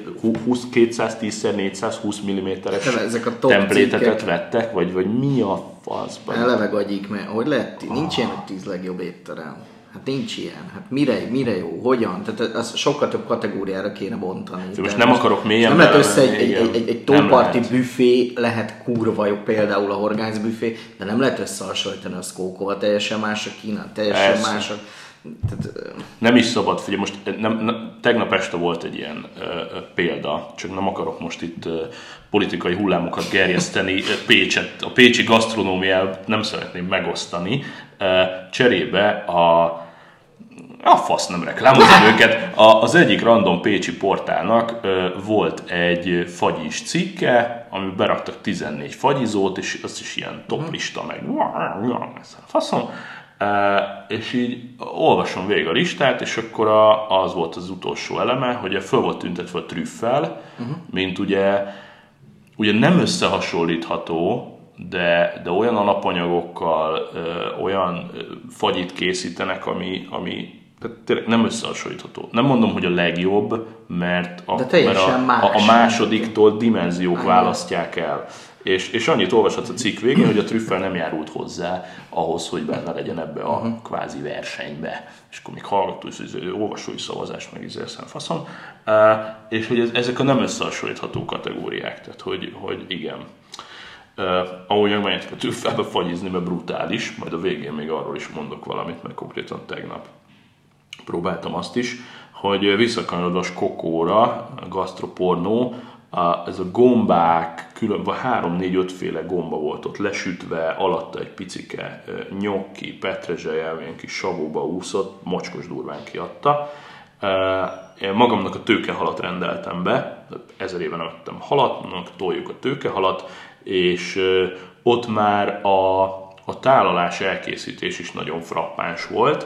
Speaker 1: 210x420 mm-es templéteket vettek, vagy mi a faszban?
Speaker 2: Eleve gagyik, mert hogy lehet, nincs ilyen, hogy 10 legjobb étterem. Hát nincs ilyen. Hát mire jó? Hogyan? Tehát az sokkal több kategóriára kéne bontani.
Speaker 1: Most nem akarok mélyen
Speaker 2: nem lehet össze egy tóparti büfé lehet kurva jó, például a horgász büfé, de nem lehet összehasonlítani a Skókóval, teljesen más a Kína, teljesen más a... Tehát,
Speaker 1: nem is szabad, figyelj, most tegnap este volt egy ilyen példa, csak nem akarok most itt politikai hullámokat gerjeszteni, a pécsi gasztronómiát nem szeretném megosztani. Cserébe a fasz nem reklámozom őket. Az egyik random pécsi portálnak volt egy fagyis cikke, amiben beraktak 14 fagyizót, és az is ilyen toplista, meg faszom. És így olvasom végig a listát, és akkor az volt az utolsó eleme, hogy föl volt tüntetve a trüffel, mint ugye nem összehasonlítható, de olyan alapanyagokkal, olyan fagyit készítenek, ami tényleg nem összehasonlítható. Nem mondom, hogy a legjobb, mert a másodiktól dimenziók választják el. És annyit olvashatsz a cikk végén, hogy a trüffel nem járult hozzá ahhoz, hogy benne legyen ebbe a kvázi versenybe. És akkor még hallgató, hogy olvasói szavazás, meg izélszem faszom. És hogy ezek a nem összehasonlítható kategóriák. Tehát, hogy igen. Ahogy megmegyek a trüffelbe fagyizni, mert brutális, majd a végén még arról is mondok valamit, mert konkrétan tegnap próbáltam azt is, hogy visszakanyarodva a skokóra, gasztropornó, ez a gombák, különböző 3-4-5 féle gomba volt ott lesütve, alatta egy picike nyokki, petrezselye, ilyen kis savóba úszott, mocskos durván kiadta. Én magamnak a tőkehalat rendeltem be, 1000 éve nem ettem halat, toljuk a tőkehalat, és ott már a tálalás elkészítés is nagyon frappáns volt.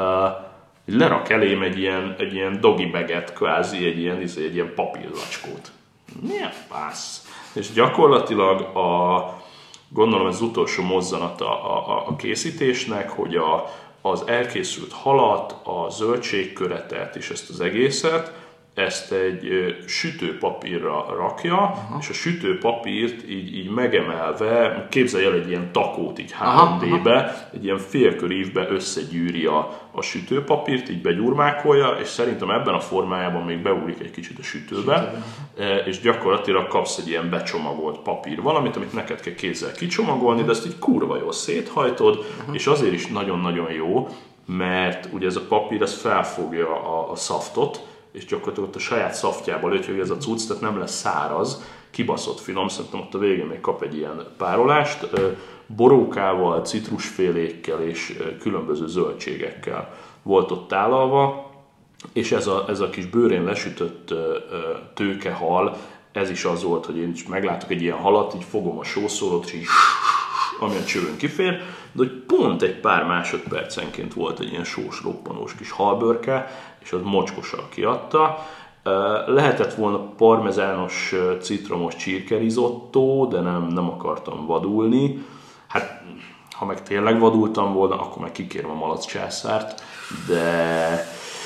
Speaker 1: Lerak elém egy ilyen doggy baget, kvázi egy ilyen papírzacskót. Milyen pász? És gyakorlatilag gondolom ez az utolsó mozzanata a készítésnek, hogy az elkészült halat, a zöldségköretet és ezt az egészet, ezt egy sütőpapírra rakja, és a sütőpapírt így megemelve, képzelj el egy ilyen takót így 3D-be, egy ilyen félkörívbe összegyűri a sütőpapírt, így begyurmákolja, és szerintem ebben a formájában még beúrik egy kicsit a sütőbe, és gyakorlatilag kapsz egy ilyen becsomagolt papír valamit, amit neked kell kézzel kicsomagolni, de ezt így kurva jól széthajtod, és azért is nagyon-nagyon jó, mert ugye ez a papír, ez felfogja a szaftot, és gyakorlatilag ott a saját szaftjából lötyög ez a cucc, tehát nem lesz száraz, kibaszott finom, szerintem ott a végén még kap egy ilyen párolást, borókával, citrusfélékkel és különböző zöldségekkel volt ott tálalva, és ez a kis bőrén lesütött tőkehal, ez is az volt, hogy én is meglátok egy ilyen halat, így fogom a sószólót, és így amilyen csövön kifér, de hogy pont egy pár másodpercenként volt egy ilyen sós, roppanós kis halbőrke, és az mocskosan kiadta. Lehetett volna parmezános, citromos csirkerizottó, de nem akartam vadulni. Hát, ha meg tényleg vadultam volna, akkor meg kikérem a malaccsászárt, de...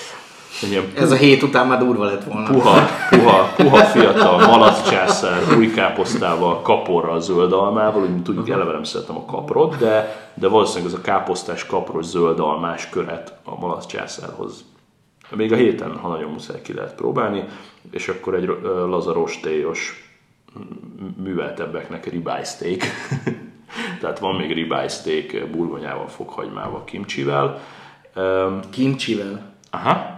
Speaker 2: Ez a hét után már durva lett volna.
Speaker 1: Puha fiatal malaccsászár, új káposztával, kaporral, zöld almával, úgy tudjuk, eleve nem szeretem a kaprot, de valószínűleg ez a káposztás, kapros, zöld almás köret a malaccsászárhoz. Még a héten, ha nagyon muszáj, ki lehet próbálni, és akkor egy laza rostélyos, műveltebbeknek ribeye steak. Tehát van még ribeye steak burgonyával, fokhagymával, kimcsivel.
Speaker 2: Kimcsivel?
Speaker 1: Aha.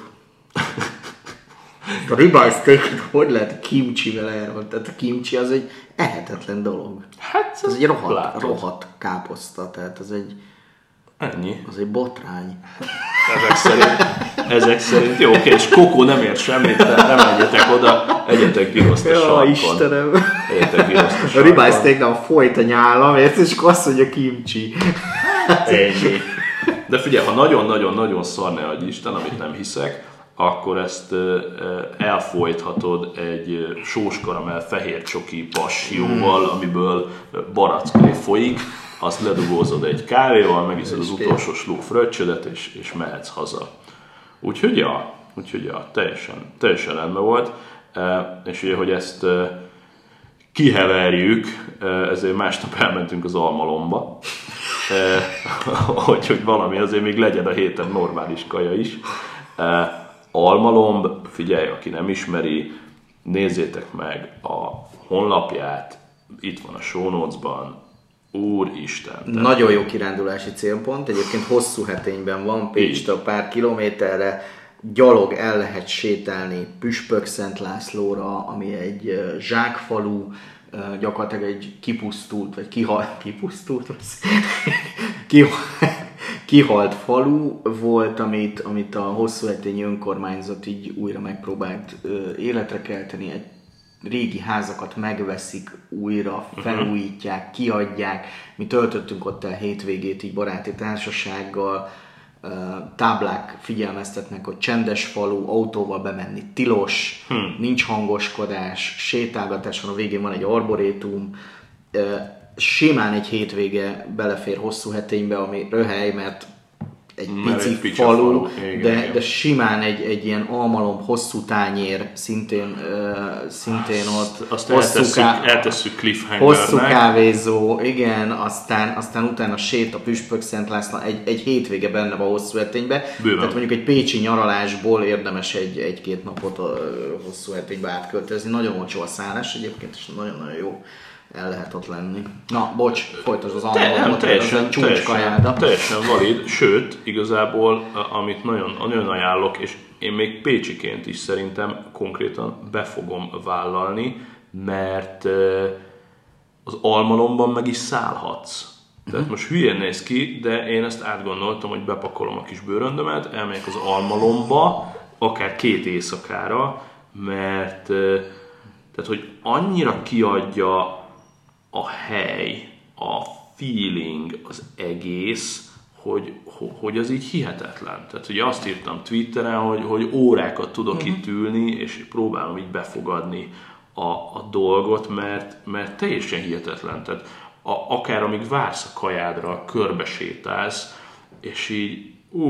Speaker 2: A ribeye steak hogy lehet kimcsivel elronni? Tehát a kimcsi az egy ehetetlen dolog.
Speaker 1: Hát
Speaker 2: ez egy rohadt káposzta, tehát ez egy...
Speaker 1: Ennyi.
Speaker 2: Az egy botrány.
Speaker 1: Ezek szerint jó, oké, és Kokó nem ér semmit, nem menjetek oda, egyetek giroszt a sarkon.
Speaker 2: Istenem.
Speaker 1: Egyetek giroszt a sarkon.
Speaker 2: A ribeye steaknál folyt a nyálam, és akkor azt mondja kimcsi.
Speaker 1: Ennyi. De figyelj, ha nagyon-nagyon-nagyon szarne adj Isten, amit nem hiszek, akkor ezt elfolythatod egy sós karamell fehér csoki passióval, amiből barack folyik, azt ledugózod egy kávéval, megiszod az utolsó slúg fröccsödet, és mehetsz haza. Úgyhogy ja, teljesen rendben volt. És ugye, hogy ezt kiheverjük, ezért másnap elmentünk az Almalomba, hogy valami azért még legyen a héten normális kaja is. Almalomb, figyelj, aki nem ismeri, nézzétek meg a honlapját, itt van a show notes-ban, Úristen.
Speaker 2: Nagyon jó kirándulási célpont, egyébként hosszú hetényben van, Pécstől pár kilométerre, gyalog el lehet sétálni Püspökszent Lászlóra, ami egy zsákfalu, kihalt falu volt, amit a Hosszúhetényi önkormányzat így újra megpróbált életre kelteni. Egy régi házakat megveszik újra, felújítják, kiadják. Mi töltöttünk ott el hétvégét így baráti társasággal, táblák figyelmeztetnek, hogy csendes falu, autóval bemenni tilos, nincs hangoskodás, sétálgatás van, a végén van egy arborétum, simán egy hétvége belefér Hosszúheténybe, ami röhely, mert egy pici falu, de simán egy ilyen almalom, hosszú tányér, szintén ott
Speaker 1: azt eltesszük cliffhangernek.
Speaker 2: Hosszú kávézó, igen, aztán utána sét a Püspök Szent László, egy hétvége benne van Hosszúheténybe. Tehát mondjuk egy pécsi nyaralásból érdemes egy-két napot a Hosszúheténybe átköltözni. Nagyon olcsó a szállás egyébként, és nagyon-nagyon jó el lehet ott lenni. Na, bocs, folytasd az almalomot, teljesen csúcskajáda.
Speaker 1: Teljesen valid, sőt, igazából, amit nagyon ajánlok, és én még pécsiként is szerintem konkrétan be fogom vállalni, mert az almalomban meg is szállhatsz. Tehát most hülyén néz ki, de én ezt átgondoltam, hogy bepakolom a kis bőröndömet, elmegyek az almalomba, akár 2 éjszakára, mert tehát, hogy annyira kiadja a hely, a feeling, az egész, hogy az így hihetetlen. Tehát ugye azt írtam Twitteren, hogy órákat tudok itt ülni, és próbálom így befogadni a dolgot, mert teljesen hihetetlen. Tehát akár amíg vársz a kajádra, körbesétálsz, és így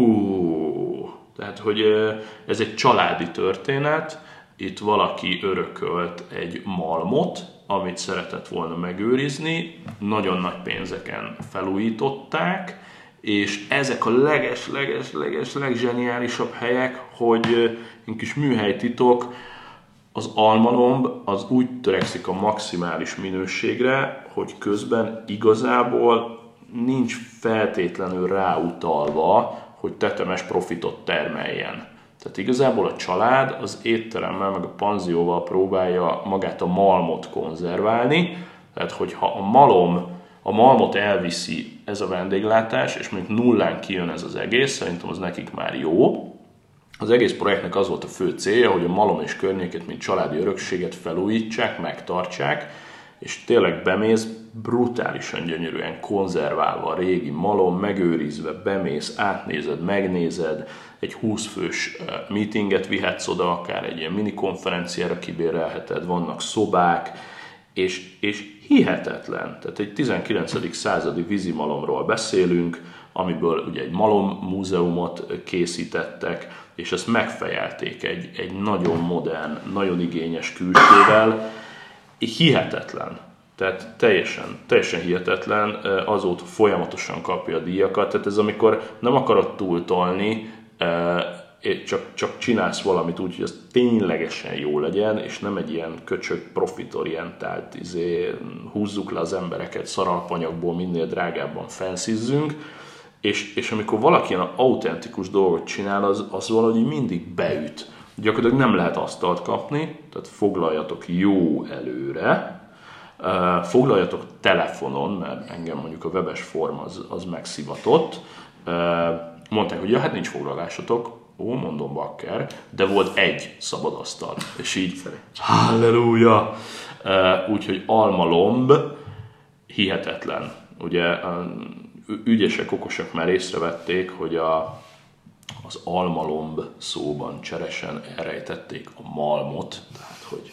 Speaker 1: tehát, hogy ez egy családi történet, itt valaki örökölt egy malmot, amit szeretett volna megőrizni, nagyon nagy pénzeken felújították, és ezek a legzseniálisabb helyek, hogy egy kis műhelytitok, az almalomb az úgy törekszik a maximális minőségre, hogy közben igazából nincs feltétlenül ráutalva, hogy tetemes profitot termeljen. Tehát igazából a család az étteremmel meg a panzióval próbálja magát a malmot konzerválni, tehát hogyha a malmot elviszi ez a vendéglátás, és mondjuk nullán kijön ez az egész, szerintem az nekik már jó. Az egész projektnek az volt a fő célja, hogy a malom és környéket, mint családi örökséget felújítsák, megtartsák, és tényleg bemész, brutálisan gyönyörűen konzerválva a régi malom, megőrizve, bemész, átnézed, megnézed, egy 20 fős meetinget vihetsz oda, akár egy ilyen mini konferenciára kibérelheted, vannak szobák, és hihetetlen. Tehát egy 19. századi vízimalomról beszélünk, amiből ugye egy malom múzeumot készítettek, és ezt megfejelték egy nagyon modern, nagyon igényes külsővel. Hihetetlen. Tehát teljesen hihetetlen, azóta folyamatosan kapja a díjakat. Tehát ez amikor nem akarod túltolni, csak csinálsz valamit úgy, hogy az ténylegesen jó legyen, és nem egy ilyen köcsög profitorientált, húzzuk le az embereket szaralapanyagból, minél drágábban fenszizzünk, és amikor valaki ilyen autentikus dolgot csinál, az valahogy mindig beüt. Gyakorlatilag nem lehet asztalt kapni, tehát foglaljatok jó előre, foglaljatok telefonon, mert engem mondjuk a webes form az megszivatott. Mondták, hogy ja, hát nincs foglalásotok, mondom bakker, de volt egy szabad asztal, és így halleluja! Úgyhogy almalomb hihetetlen. Ugye ügyesek, okosak már észrevették, hogy az almalomb szóban cseresen elrejtették a malmot, tehát hogy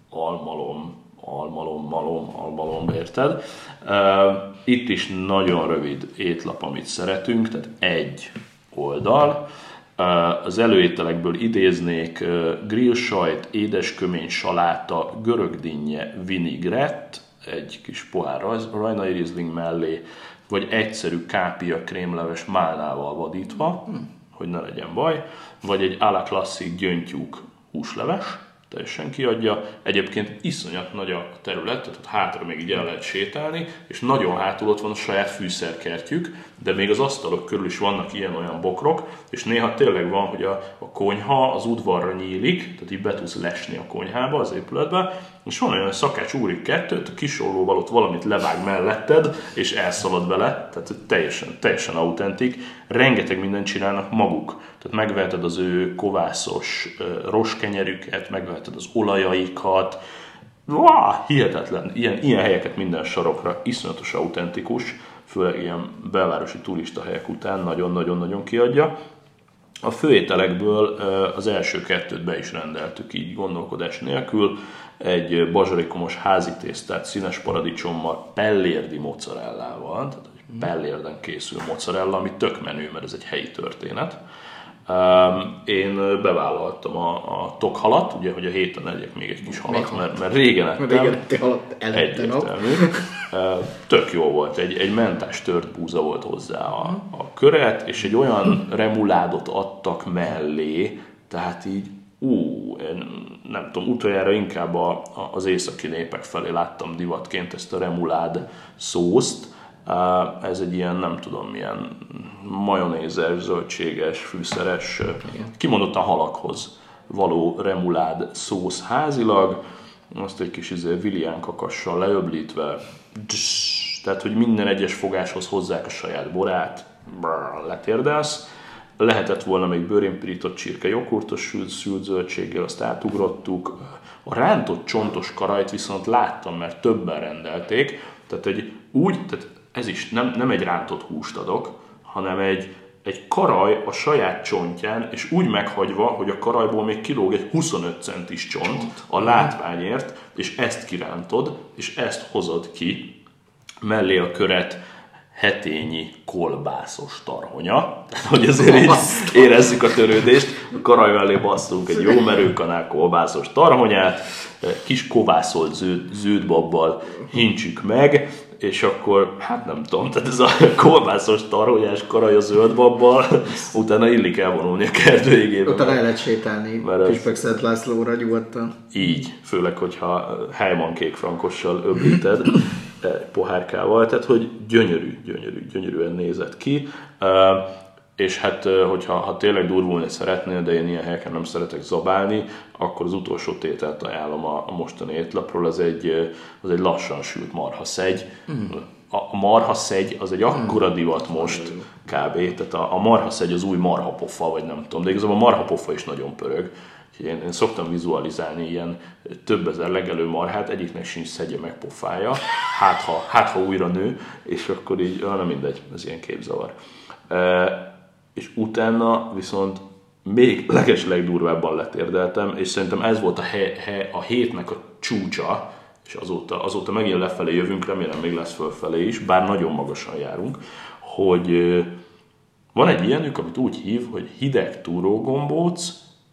Speaker 1: almalom, érted? Itt is nagyon rövid étlap, amit szeretünk, tehát egy oldal. Az előételekből idéznék grillsajt, édeskömény saláta, görögdinnye, vinaigrett, egy kis pohár rajnai rizling mellé, vagy egyszerű kápia krémleves málnával vadítva, hogy ne legyen baj, vagy egy à la klasszik gyöngytyúk húsleves, teljesen kiadja. Egyébként iszonyat nagy a terület, tehát hátra még így el lehet sétálni, és nagyon hátul ott van a saját fűszerkertjük, de még az asztalok körül is vannak ilyen-olyan bokrok, és néha tényleg van, hogy a konyha az udvarra nyílik, tehát így be tudsz lesni a konyhába, az épületbe, és van olyan szakács úrik kettőt, a kisollóval ott valamit levág melletted, és elszalad vele, tehát teljesen autentik. Rengeteg mindent csinálnak maguk. Tehát megveheted az ő kovászos roskenyerüket, megveheted az olajaikat. Hihetetlen. Ilyen helyeket minden sarokra, iszonyatos autentikus, főleg ilyen belvárosi turista helyek után nagyon-nagyon-nagyon kiadja. A főételekből az első kettőt be is rendeltük így gondolkodás nélkül. Egy bazsalikomos házi tésztát színes paradicsommal, pellérdi mozzarellával, tehát pellérden készül mozzarella, ami tök menő, mert ez egy helyi történet. Én bevállaltam a tokhalat, ugye, hogy a héten egyek még egy kis halat, mert régen ettem.
Speaker 2: Régen halat
Speaker 1: egyértelmű. Tök jó volt, egy mentás tört búza volt hozzá a köret, és egy olyan remuládot adtak mellé, tehát így, nem tudom, utoljára inkább az északi népek felé láttam divatként ezt a remulád szószt. Ez egy ilyen, nem tudom, milyen majonézes, zöldséges, fűszeres, kimondottan halakhoz való remulád szósz házilag, azt egy kis Willián kakassal leöblítve, tehát, hogy minden egyes fogáshoz hozzák a saját borát, letérdelsz. Lehetett volna még bőrénpirított csirke joghurtos sült zöldséggel, azt átugrottuk. A rántott csontos karajt viszont láttam, mert többen rendelték, tehát ez is nem egy rántott húst adok, hanem egy karaj a saját csontján, és úgy meghagyva, hogy a karajból még kilóg egy 25 centis csont a látványért, és ezt kirántod, és ezt hozod ki, mellé a köret hetényi kolbászos tarhonya, tehát hogy azért így érezzük a törődést, a karaj mellé basszunk egy jó merőkanál kolbászos tarhonyát, kis kovászolt zöldbabbal hintsük meg, és akkor, hát nem tudom, tehát ez a kolbászos tarhonyás karaj a zöldbabbal, utána illik elvonulni a kertő égébe.
Speaker 2: Utána el lehet sétálni Püspök-Szent Lászlóra nyugodtan.
Speaker 1: Így, főleg, hogyha Heimann kékfrankossal öblíted pohárkával, tehát hogy gyönyörűen nézett ki. És hát, ha tényleg durvulni szeretnél, de én ilyen helyeken nem szeretek zabálni, akkor az utolsó tételt ajánlom a mostani étlapról, az egy lassan sült marhaszegy. A marhaszegy az egy akkora divat most kb. Tehát a marhaszegy az új marhapofa, vagy nem tudom, de igazából a marhapofa is nagyon pörög. Én szoktam vizualizálni ilyen több ezer legelő marhát, egyiknek sincs szegye meg pofája, hát ha újra nő, és akkor így, nem mindegy, ez ilyen képzavar. És utána viszont még legdurvábban letérdeltem, és szerintem ez volt a hétnek a csúcsa, és azóta megint lefelé jövünk, remélem még lesz fölfelé is, bár nagyon magasan járunk, hogy van egy ilyenük, amit úgy hív, hogy hideg túrógombóc,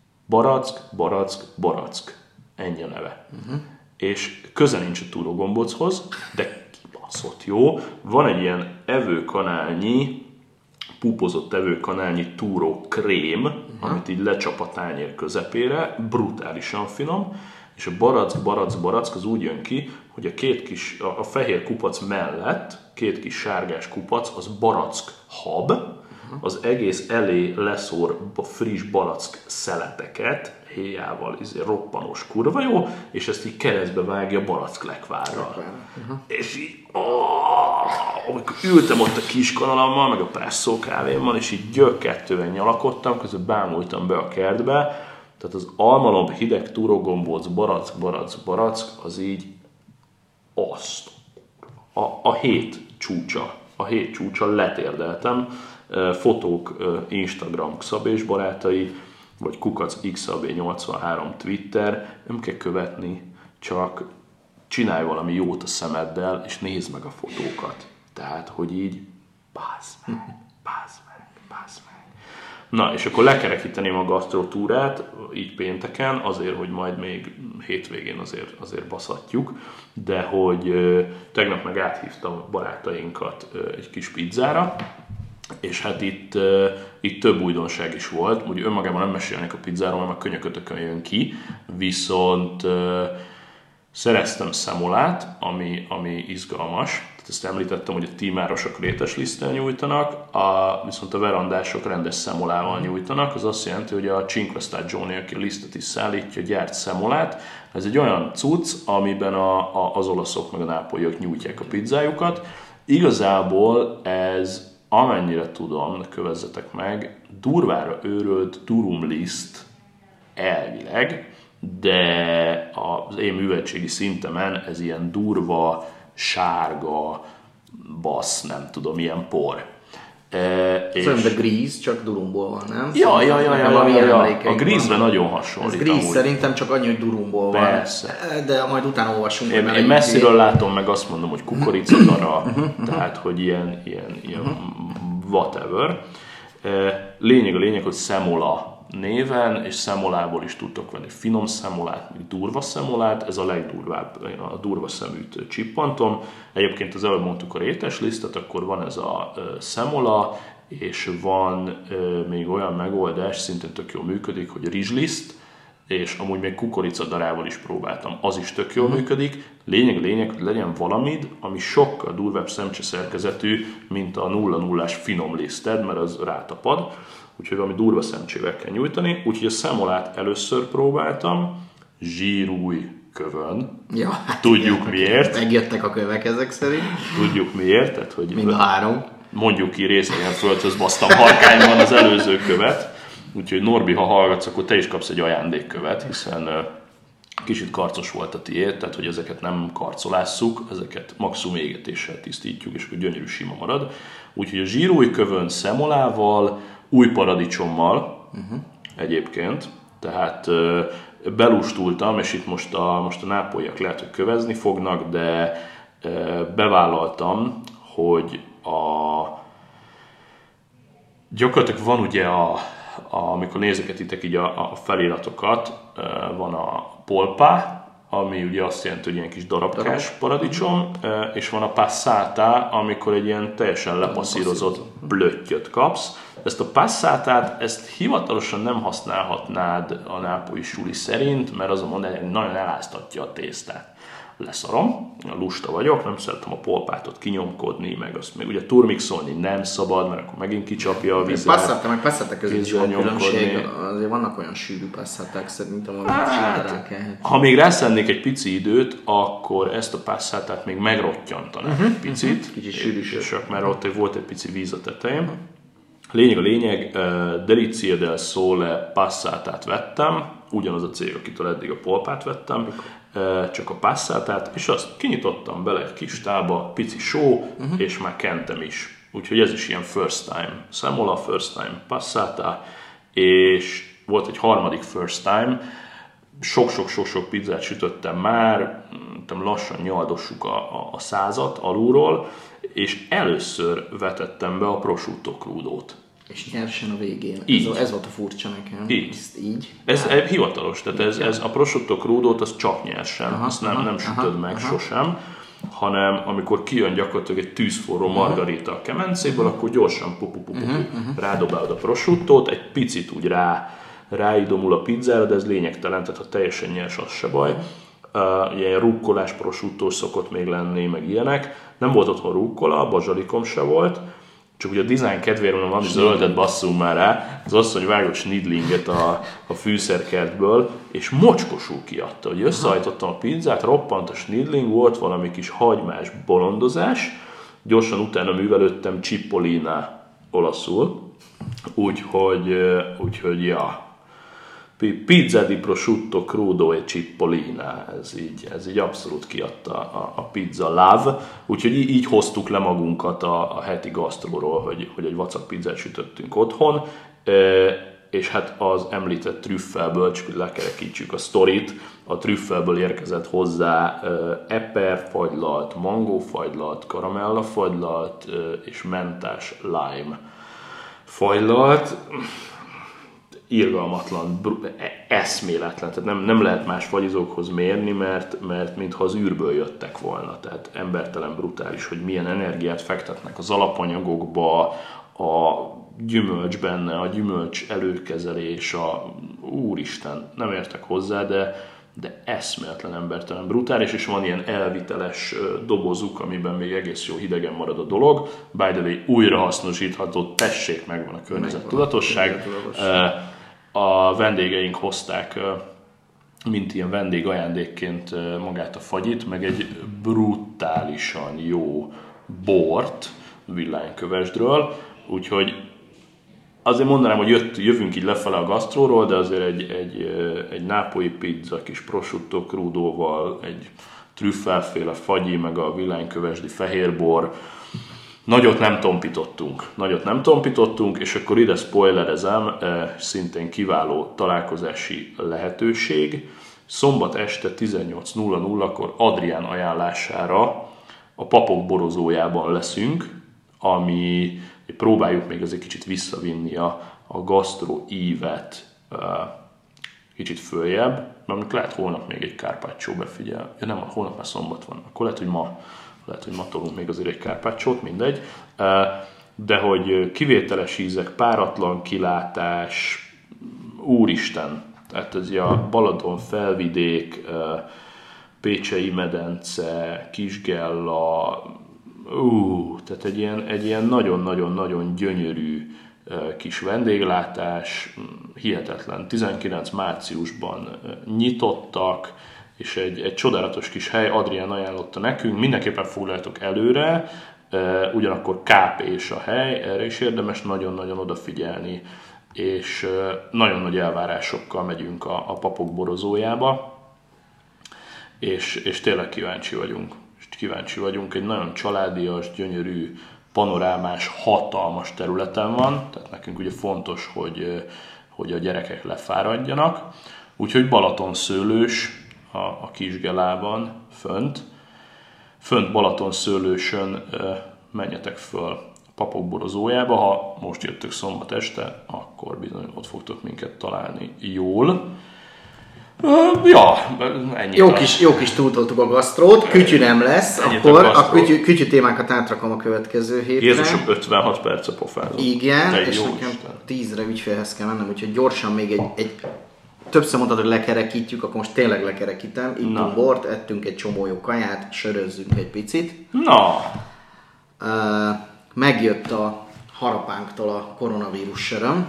Speaker 1: barack. Ennyi a neve. És köze nincs a túrógombóchoz, de kibaszott jó. Van egy ilyen evőkanálnyi, pupozott evőkanálnyi túró krém, amit így lecsap a tányér közepére, brutálisan finom, és a barack az úgy jön ki, hogy a fehér kupac mellett két kis sárgás kupac, az barack hab, az egész elé leszór friss barack szeleteket, héjával, roppanos kurva jó, és ezt így keresztbe vágja barack lekvárral. És így, amikor ültem ott a kis kanalammal, meg a presszó kávémmal, és így gyökkettően nyalakodtam, közben bámultam be a kertbe, tehát az almalomb hideg túrógombóc barack, az így azt. A hét csúcsa letérdeltem, fotók Instagram Szabés barátai, vagy @xab83 Twitter, nem kell követni, csak csinálj valami jót a szemeddel, és nézd meg a fotókat. Tehát, hogy így, bázd meg. Na, és akkor lekerekíteném a gasztrotúrát, így pénteken, azért, hogy majd még hétvégén azért baszatjuk, de hogy tegnap meg áthívtam barátainkat egy kis pizzára, és hát itt több újdonság is volt, úgy önmagában nem mesélnek a pizzáról, mert a könyökötökön jön ki, viszont Szereztem szemolát, ami izgalmas. Tehát ezt említettem, hogy a tímárosok rétes liszttel nyújtanak, viszont a verandások rendes szemolával nyújtanak. Az azt jelenti, hogy a Cinque Stagioni, aki a lisztet is szállítja, gyárt szemolát. Ez egy olyan cucc, amiben az olaszok meg a nápolyiak nyújtják a pizzájukat. Igazából ez, amennyire tudom, kövezzetek meg, durvára őrölt durum liszt elvileg, de az én műveltségi szintemen ez ilyen durva, sárga, bassz, nem tudom, ilyen por.
Speaker 2: Szerintem a Grease csak durumból van, nem?
Speaker 1: Ja. A Grease-re nagyon hasonlít.
Speaker 2: Ez Grease szerintem csak annyi, hogy durumból van.
Speaker 1: Persze.
Speaker 2: De majd utána olvasunk.
Speaker 1: Én messziről látom, meg azt mondom, hogy kukoricadara, tehát hogy ilyen whatever. Lényeg, hogy szemola néven, és szemolából is tudtok venni finom szemolát, meg durva szemolát, ez a legdurvább, a durva szeműt csippantom. Egyébként az előbb mondtuk a rétes lisztet, akkor van ez a szemola, és van még olyan megoldás, szintén tök jól működik, hogy rizsliszt, és amúgy még kukoricadarával is próbáltam, az is tök jól működik. Lényeg, hogy legyen valamid, ami sokkal durvább szemcse szerkezetű, mint a 0-0-ás finom liszted, mert az rátapad. Úgyhogy valami durva szemcsével kell nyújtani. Úgyhogy a szemolát először próbáltam, zsírúj kövön.
Speaker 2: Ja,
Speaker 1: tudjuk miért.
Speaker 2: Megjöttek a kövek ezek szerint.
Speaker 1: Tudjuk miért. Tehát, hogy
Speaker 2: mind a három.
Speaker 1: Mondjuk ki, részegen földhöz basztam harkányban az előző követ. Úgyhogy Norbi, ha hallgatsz, akkor te is kapsz egy ajándékkövet, hiszen kicsit karcos volt a tiéd, tehát hogy ezeket nem karcolásszuk, ezeket maximum égetéssel tisztítjuk, és akkor gyönyörű sima marad. Úgyhogy a zsírúj kövön szemolával, új paradicsommal egyébként, tehát belustultam, és itt most a nápolyiak lehet, hogy kövezni fognak, de bevállaltam, hogy gyakorlatilag van ugye amikor nézegetitek így a feliratokat, van a polpa, ami ugye azt jelenti, hogy ilyen kis darabkás paradicsom, és van a passata, amikor egy ilyen teljesen lepasszírozott blöttyöt kapsz. Ezt a passatát, ezt hivatalosan nem használhatnád a nápolyi suli szerint, mert az a mondani, hogy nagyon eláztatja a tésztát. Leszarom, lusta vagyok, nem szeretem a polpátot kinyomkodni, meg azt még ugye turmixolni nem szabad, mert akkor megint kicsapja a vizet.
Speaker 2: Passata között is van különbség, azért vannak olyan sűrű passaták szerintem, amit rá kell.
Speaker 1: Ha még rászennék egy pici időt, akkor ezt a passatát még megrottyantanám egy picit,
Speaker 2: kicsit sűrűsebb,
Speaker 1: mert ott volt egy pici víz a tetején. Lényeg, Delizia del Sole passatát vettem, ugyanaz a cég, akitől eddig a polpát vettem, csak a passatát, és azt kinyitottam bele egy kis tába, pici só, és már kentem is. Úgyhogy ez is ilyen first time semola, first time passata, és volt egy harmadik first time, sok-sok pizzát sütöttem már, lassan nyaldossuk a 100-at alulról, és először vetettem be a prosciutto crudót.
Speaker 2: És nyersen a végén.
Speaker 1: Így.
Speaker 2: Ez volt a furcsa nekem.
Speaker 1: Így. Ez hivatalos, tehát ez a prosciutto crudót az csak nyersen, azt nem sütöd meg sosem, hanem amikor kijön gyakorlatilag egy tűzforró margarita a kemencéből, akkor gyorsan rádobálod a prosciuttót, egy picit úgy ráidomul a pizzára, de ez lényegtelen, tehát ha teljesen nyers, az se baj. Ilyen rukkolás prosciutto szokott még lenni, meg ilyenek. Nem volt otthon rukkola, bazsalikom se volt, csak ugye a dizájn kedvéért mondom, valami zöldet basszunk már rá, az asszony vágott snidlinget a fűszerkertből, és mocskosul kiadta, hogy összehajtottam a pizzát, roppant a snidling, volt valami kis hagymás bolondozás, gyorsan utána művelődtem cippolina olaszul, úgyhogy ja. Pizza di prosciutto crudo e cippolina, ez így abszolút kiadta a pizza love, úgyhogy így hoztuk le magunkat a heti gasztróról, hogy egy vacak pizzát sütöttünk otthon, és hát az említett trüffelből, csak hogy lekerekítsük a sztorit, a trüffelből érkezett hozzá eper-fagylalt, mangófagylalt, karamellafagylalt és mentás lime fagylalt. Irgalmatlan, eszméletlen, tehát nem lehet más fagyizókhoz mérni, mert mintha az űrből jöttek volna, tehát embertelen brutális, hogy milyen energiát fektetnek az alapanyagokba, a gyümölcs benne, a gyümölcs előkezelés, úristen, nem értek hozzá, de eszméletlen embertelen brutális, és van ilyen elviteles dobozuk, amiben még egész jó hidegen marad a dolog. By the way, újra hasznosítható, tessék, megvan a környezettudatosság. A vendégeink hozták mint ilyen vendégajándékként magát a fagyit, meg egy brutálisan jó bort Villánykövesdről, úgyhogy azért mondanám, hogy jövünk így lefele a gasztróról, de azért egy nápolyi pizza kis prosciutto crudóval, egy trüffelféle fagyi, meg a villánykövesdi fehérbor. Nagyot nem tompítottunk, és akkor ide spoilerezem, szintén kiváló találkozási lehetőség. Szombat este 18:00-kor Adrián ajánlására a Papok borozójában leszünk, ami próbáljuk még azért kicsit visszavinni a gasztró ívet kicsit följebb, mert lehet holnap még egy carpaccio befigyel. Ja nem, holnap már szombat van, akkor lehet, hogy ma tolunk még azért egy carpacciót, mindegy. De hogy kivételes ízek, páratlan kilátás, úristen, tehát ez a Balaton felvidék, Pécsei medence, Kisgella, tehát egy ilyen nagyon-nagyon-nagyon gyönyörű kis vendéglátás, hihetetlen. 19 márciusban nyitottak, és egy csodálatos kis hely, Adrián ajánlotta nekünk, mindenképpen foglaljatok előre, ugyanakkor KP-s a hely, erre is érdemes nagyon-nagyon odafigyelni, és nagyon nagy elvárásokkal megyünk a Papok borozójába, és tényleg kíváncsi vagyunk, egy nagyon családias, gyönyörű, panorámás, hatalmas területen van, tehát nekünk ugye fontos, hogy a gyerekek lefáradjanak, úgyhogy Balatonszőlős a Kisgelában fönt Balatonszőlősön menjetek föl a Papok borozójába, ha most jöttök szombat este, akkor bizony ott fogtok minket találni jól. Ja, ennyit.
Speaker 2: Jó kis túltoltuk a gasztrót, kütyű nem lesz, akkor a kütyű témákat átrakom a következő hétre.
Speaker 1: Jézusom, 56 perc a pofázom.
Speaker 2: Igen, és nekem 10-re ügyfélhez kell mennem, úgyhogy gyorsan még egy többször mondtad, hogy lekerekítjük, akkor most tényleg lekerekítem. Ittunk bort, ettünk egy csomó jó kaját, sörözzünk egy picit.
Speaker 1: Na!
Speaker 2: Megjött a harapánktól a koronavírus söröm.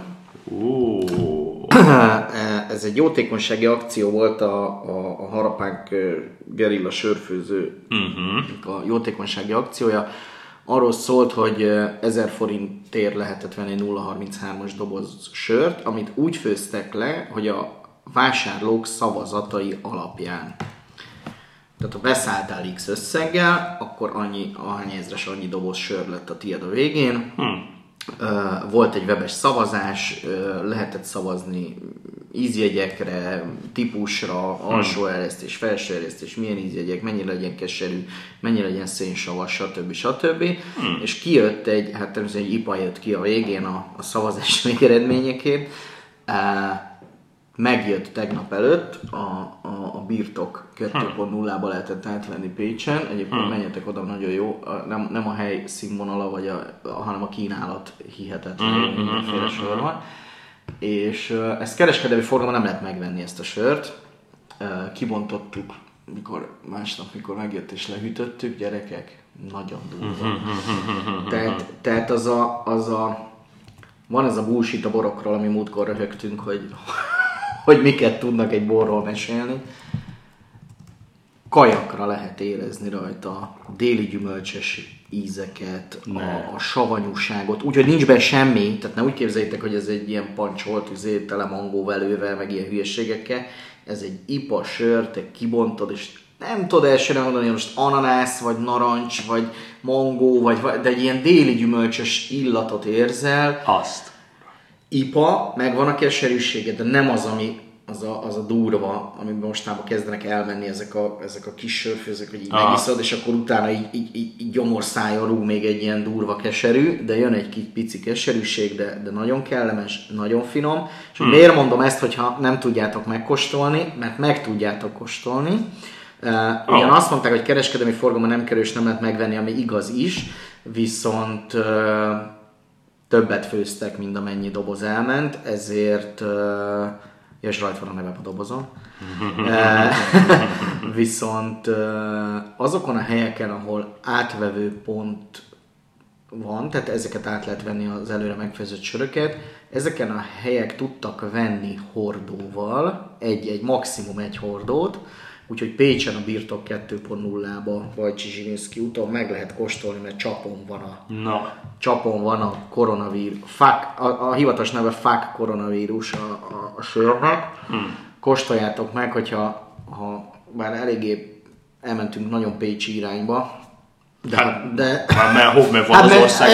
Speaker 2: Ez egy jótékonysági akció volt a Harapánk gerilla sörfőző a jótékonysági akciója. Arról szólt, hogy 1000 forintért lehetett venni 0,33-as doboz sört, amit úgy főztek le, hogy a vásárlók szavazatai alapján. Tehát ha beszálltál X összeggel, akkor ahány ezres annyi doboz sör lett a tiéd a végén. Volt egy webes szavazás, lehetett szavazni ízjegyekre, típusra, alsó eresztés, felső eresztés, milyen ízjegyek, mennyire legyen keserű, mennyire legyen szénsavas, stb. És kijött hát természetesen egy IPA jött ki a végén a szavazás végeredményeként. Megjött tegnap előtt, a Birtok 2.0-ba lehetett átvenni Pécsen. Egyébként menjetek oda, nagyon jó. Nem a hely színvonala, hanem a kínálat hihetetlen, mindenféle sör van. És ezt kereskedelmi forgalomban nem lehet megvenni ezt a sört. Kibontottuk, másnap, megjött és lehűtöttük, gyerekek, nagyon durva. Tehát van ez a bullshit a borokról, ami múltkor röhögtünk, hogy miket tudnak egy borról mesélni. Kajakra lehet érezni rajta, a déli gyümölcsös ízeket, a savanyúságot, úgyhogy nincs benne semmi, tehát ne úgy képzeljétek, hogy ez egy ilyen pancsolt, tele mangóvelővel, meg ilyen hülyeségekkel. Ez egy IPA sör, te kibontod, és nem tudod elsőre mondani, hogy most ananász, vagy narancs, vagy mangó, de egy ilyen déli gyümölcsös illatot érzel.
Speaker 1: Azt.
Speaker 2: IPA, meg van a keserűsége, de nem az, ami az a durva, amiben mostában kezdenek elmenni ezek a kis sörfőzők, hogy így megiszod, és akkor utána így gyomorszájon rúg még egy ilyen durva keserű, de jön egy pici keserűség, de nagyon kellemes, nagyon finom. És miért mondom ezt, hogyha nem tudjátok megkóstolni? Mert meg tudjátok kóstolni. Ugyan azt mondták, hogy kereskedelmi forgalomban nem kerül, és nem lehet megvenni, ami igaz is, viszont többet főztek, mint amennyi doboz elment, ezért és rajta van a nevem a dobozon. Viszont azokon a helyeken, ahol átvevő pont van, tehát ezeket át lehet venni az előre megfőzött söröket, ezeken a helyek tudtak venni hordóval, maximum egy hordót, úgyhogy Pécsen a Birtok 2.0-ba, vagy Zsirinszky úton meg lehet kóstolni, mert csapon van a koronavírus, a hivatalos neve FAK koronavírus a sörnek. Kóstoljátok meg, hogyha bár eléggé elmentünk nagyon pécsi irányba, de
Speaker 1: mert van az ország,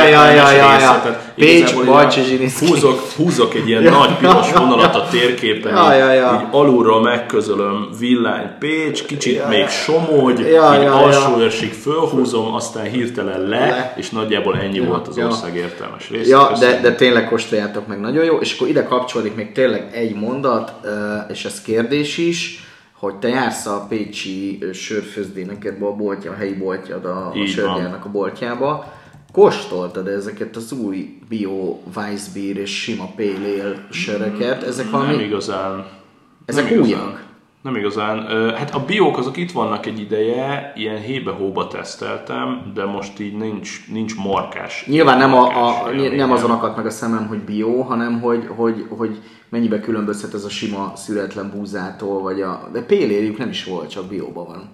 Speaker 2: Pécs, Bajcsi, Zsirinszky.
Speaker 1: Húzok egy ilyen nagy piros vonalat a térképen, így alulról megközölöm Villány Pécs, kicsit még Somogy, így alsóőrsig fölhúzom, aztán hirtelen le, és nagyjából ennyi volt az ország értelmes része.
Speaker 2: Ja, de tényleg kóstoljátok meg, nagyon jó, és akkor ide kapcsolódik még tényleg egy mondat, és ez kérdés is, hogy te jársz a pécsi sörfőzdének a boltja, a helyi boltjad a sörgyárnak a boltjába. Kóstoltad ezeket az új bio Weissbier és sima Pale Ale söröket? Ezek valami...
Speaker 1: Nem igazán.
Speaker 2: Ezek újak?
Speaker 1: Nem igazán. Hát a biók azok itt vannak egy ideje, ilyen hébe-hóba teszteltem, de most így nincs markás.
Speaker 2: Nyilván nem azon akadt meg a szemem, hogy bio, hanem hogy mennyibe különbözhet ez a sima szüretlen búzától, vagy de Pale Ale-jük nem is volt, csak bióban van.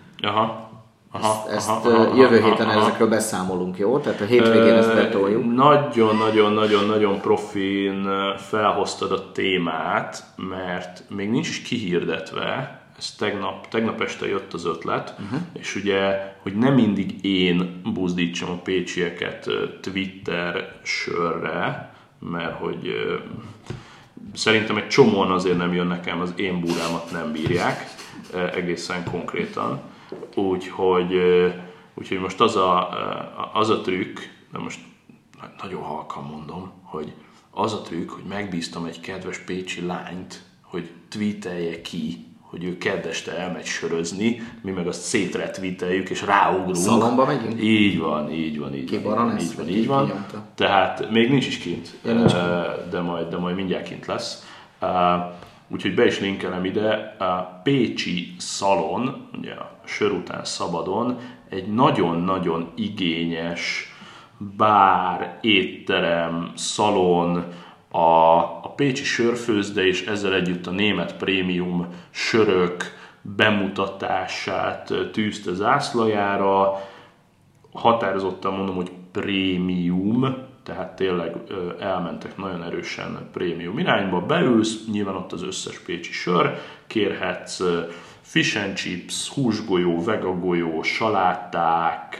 Speaker 2: Ezt jövő héten ezekről beszámolunk, jó? Tehát a hétvégén ezt betoljuk.
Speaker 1: Nagyon profin felhoztad a témát, mert még nincs is kihirdetve, ez tegnap este jött az ötlet, és ugye, hogy nem mindig én buzdítsam a pécsieket Twitter sörre, mert hogy szerintem egy csomóan azért nem jön nekem, az én búrámat nem bírják, egészen konkrétan. Úgyhogy most az a trükk, de most nagyon halkan mondom, hogy az a trükk, hogy megbíztam egy kedves pécsi lányt, hogy tweetelje ki, hogy ő kedd este elmegy sörözni, mi meg azt szétretweeteljük és ráugrunk.
Speaker 2: Szalomba megyünk?
Speaker 1: Így van. Így van. Tehát még nincs is kint, de majd mindjárt kint lesz. Úgyhogy be is linkelem ide, a Pécsi Szalon, ugye a sör után szabadon, egy nagyon-nagyon igényes bár, étterem, szalon, a pécsi sörfőzde és ezzel együtt a német prémium sörök bemutatását tűzte zászlajára. Határozottan mondom, hogy prémium, tehát tényleg elmentek nagyon erősen prémium irányba. Beülsz, nyilván ott az összes pécsi sör, kérhetsz fish and chips, húsgolyó, vegagolyó, saláták,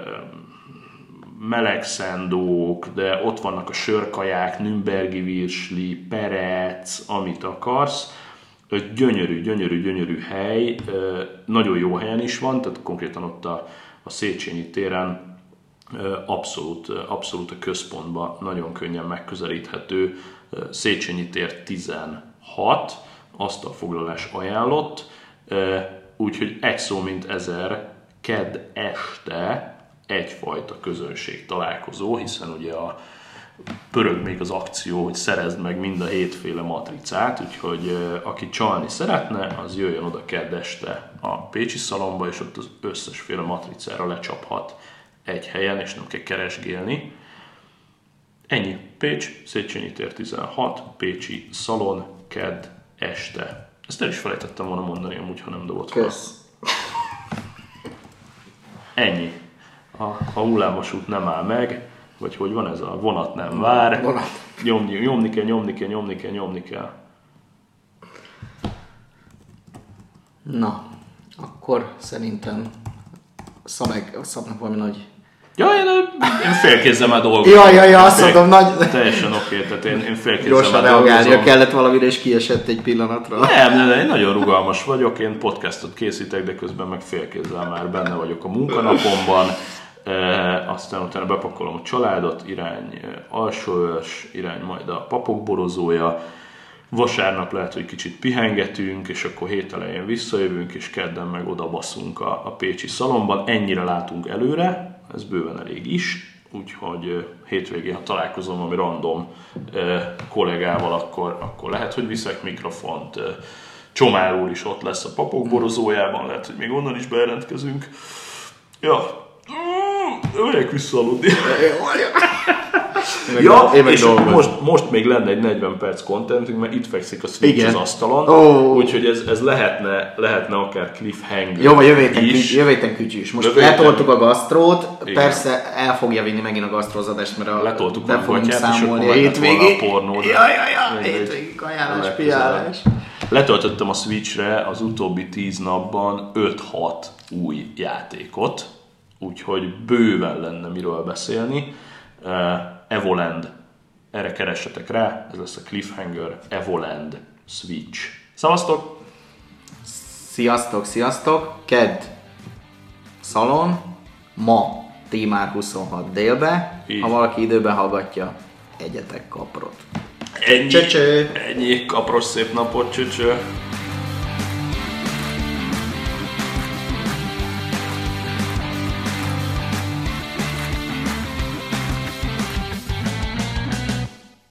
Speaker 1: melegszendók, de ott vannak a sörkaják, Nürnbergi virsli, perec, amit akarsz. Gyönyörű hely, nagyon jó helyen is van, tehát konkrétan ott a Széchenyi téren abszolút a központban nagyon könnyen megközelíthető. Széchenyi tér 16, asztalfoglalás ajánlott, úgyhogy egy szó mint ezer, kedd este egyfajta közönség találkozó, hiszen ugye pörög még az akció, hogy szerezd meg mind a 7 féle matricát, úgyhogy aki csalni szeretne, az jöjjön oda kedd este a Pécsi Szalomba, és ott az összes féle matricára lecsaphat egy helyen, és nem kell keresgélni. Ennyi. Pécs, Széchenyi tér 16, Pécsi Szalon, kedd este. Ezt el is felejtettem volna mondani, amúgy, ha nem dobott fel. Ennyi. A hullámvasút nem áll meg, vagy hogy van ez a vonat nem vár. Nyomni kell.
Speaker 2: Na, akkor szerintem szabnak valami nagy...
Speaker 1: Ja, én félkézzel már dolgozom.
Speaker 2: Ja, azt mondom, nagy...
Speaker 1: Teljesen oké, tehát én félkézzel
Speaker 2: gyorsan
Speaker 1: már dolgozom.
Speaker 2: reagálnia kellett valamire, és kiesett egy pillanatra.
Speaker 1: Nem, én nagyon rugalmas vagyok, én podcastot készítek, de közben meg félkézzel már benne vagyok a munkanapomban. Aztán utána bepakolom a családot, irány alsóőrs, irány majd a papok borozója. Vasárnap lehet, hogy kicsit pihengetünk, és akkor hét elején visszajövünk, és kedden meg oda baszunk a Pécsi Szalomban. Ennyire látunk előre, ez bőven elég is. úgyhogy hétvégén, ha találkozom valami random kollégával, akkor lehet, hogy viszek mikrofont. Csomár úr is ott lesz a Papok borozójában, lehet, hogy még onnan is bejelentkezünk. Ja, megyek visszaaludni. Ja, és most még lenne egy 40 perc contentünk, mert itt fekszik a Switch az asztalon, úgyhogy ez lehetne akár cliffhanger.
Speaker 2: Jó, jövő héten kütyűs. Most letoltuk a gasztrót, persze el fogja vinni megint a gasztrózadást, mert
Speaker 1: letoltuk
Speaker 2: nem fogunk számolni a hétvégén. Hétvégi kajálás, piálás.
Speaker 1: Letöltöttem a Switchre az utóbbi 10 napban 5-6 új játékot, úgyhogy bőven lenne miről beszélni. Evoland, erre keressetek rá, ez lesz a cliffhanger, Evoland Switch. Szevasztok!
Speaker 2: Sziasztok! Kedd szalon, ma Tímár 26 délbe, ha valaki időben hallgatja, egyetek kaprot.
Speaker 1: Ennyi, kapros szép napot, csöcső!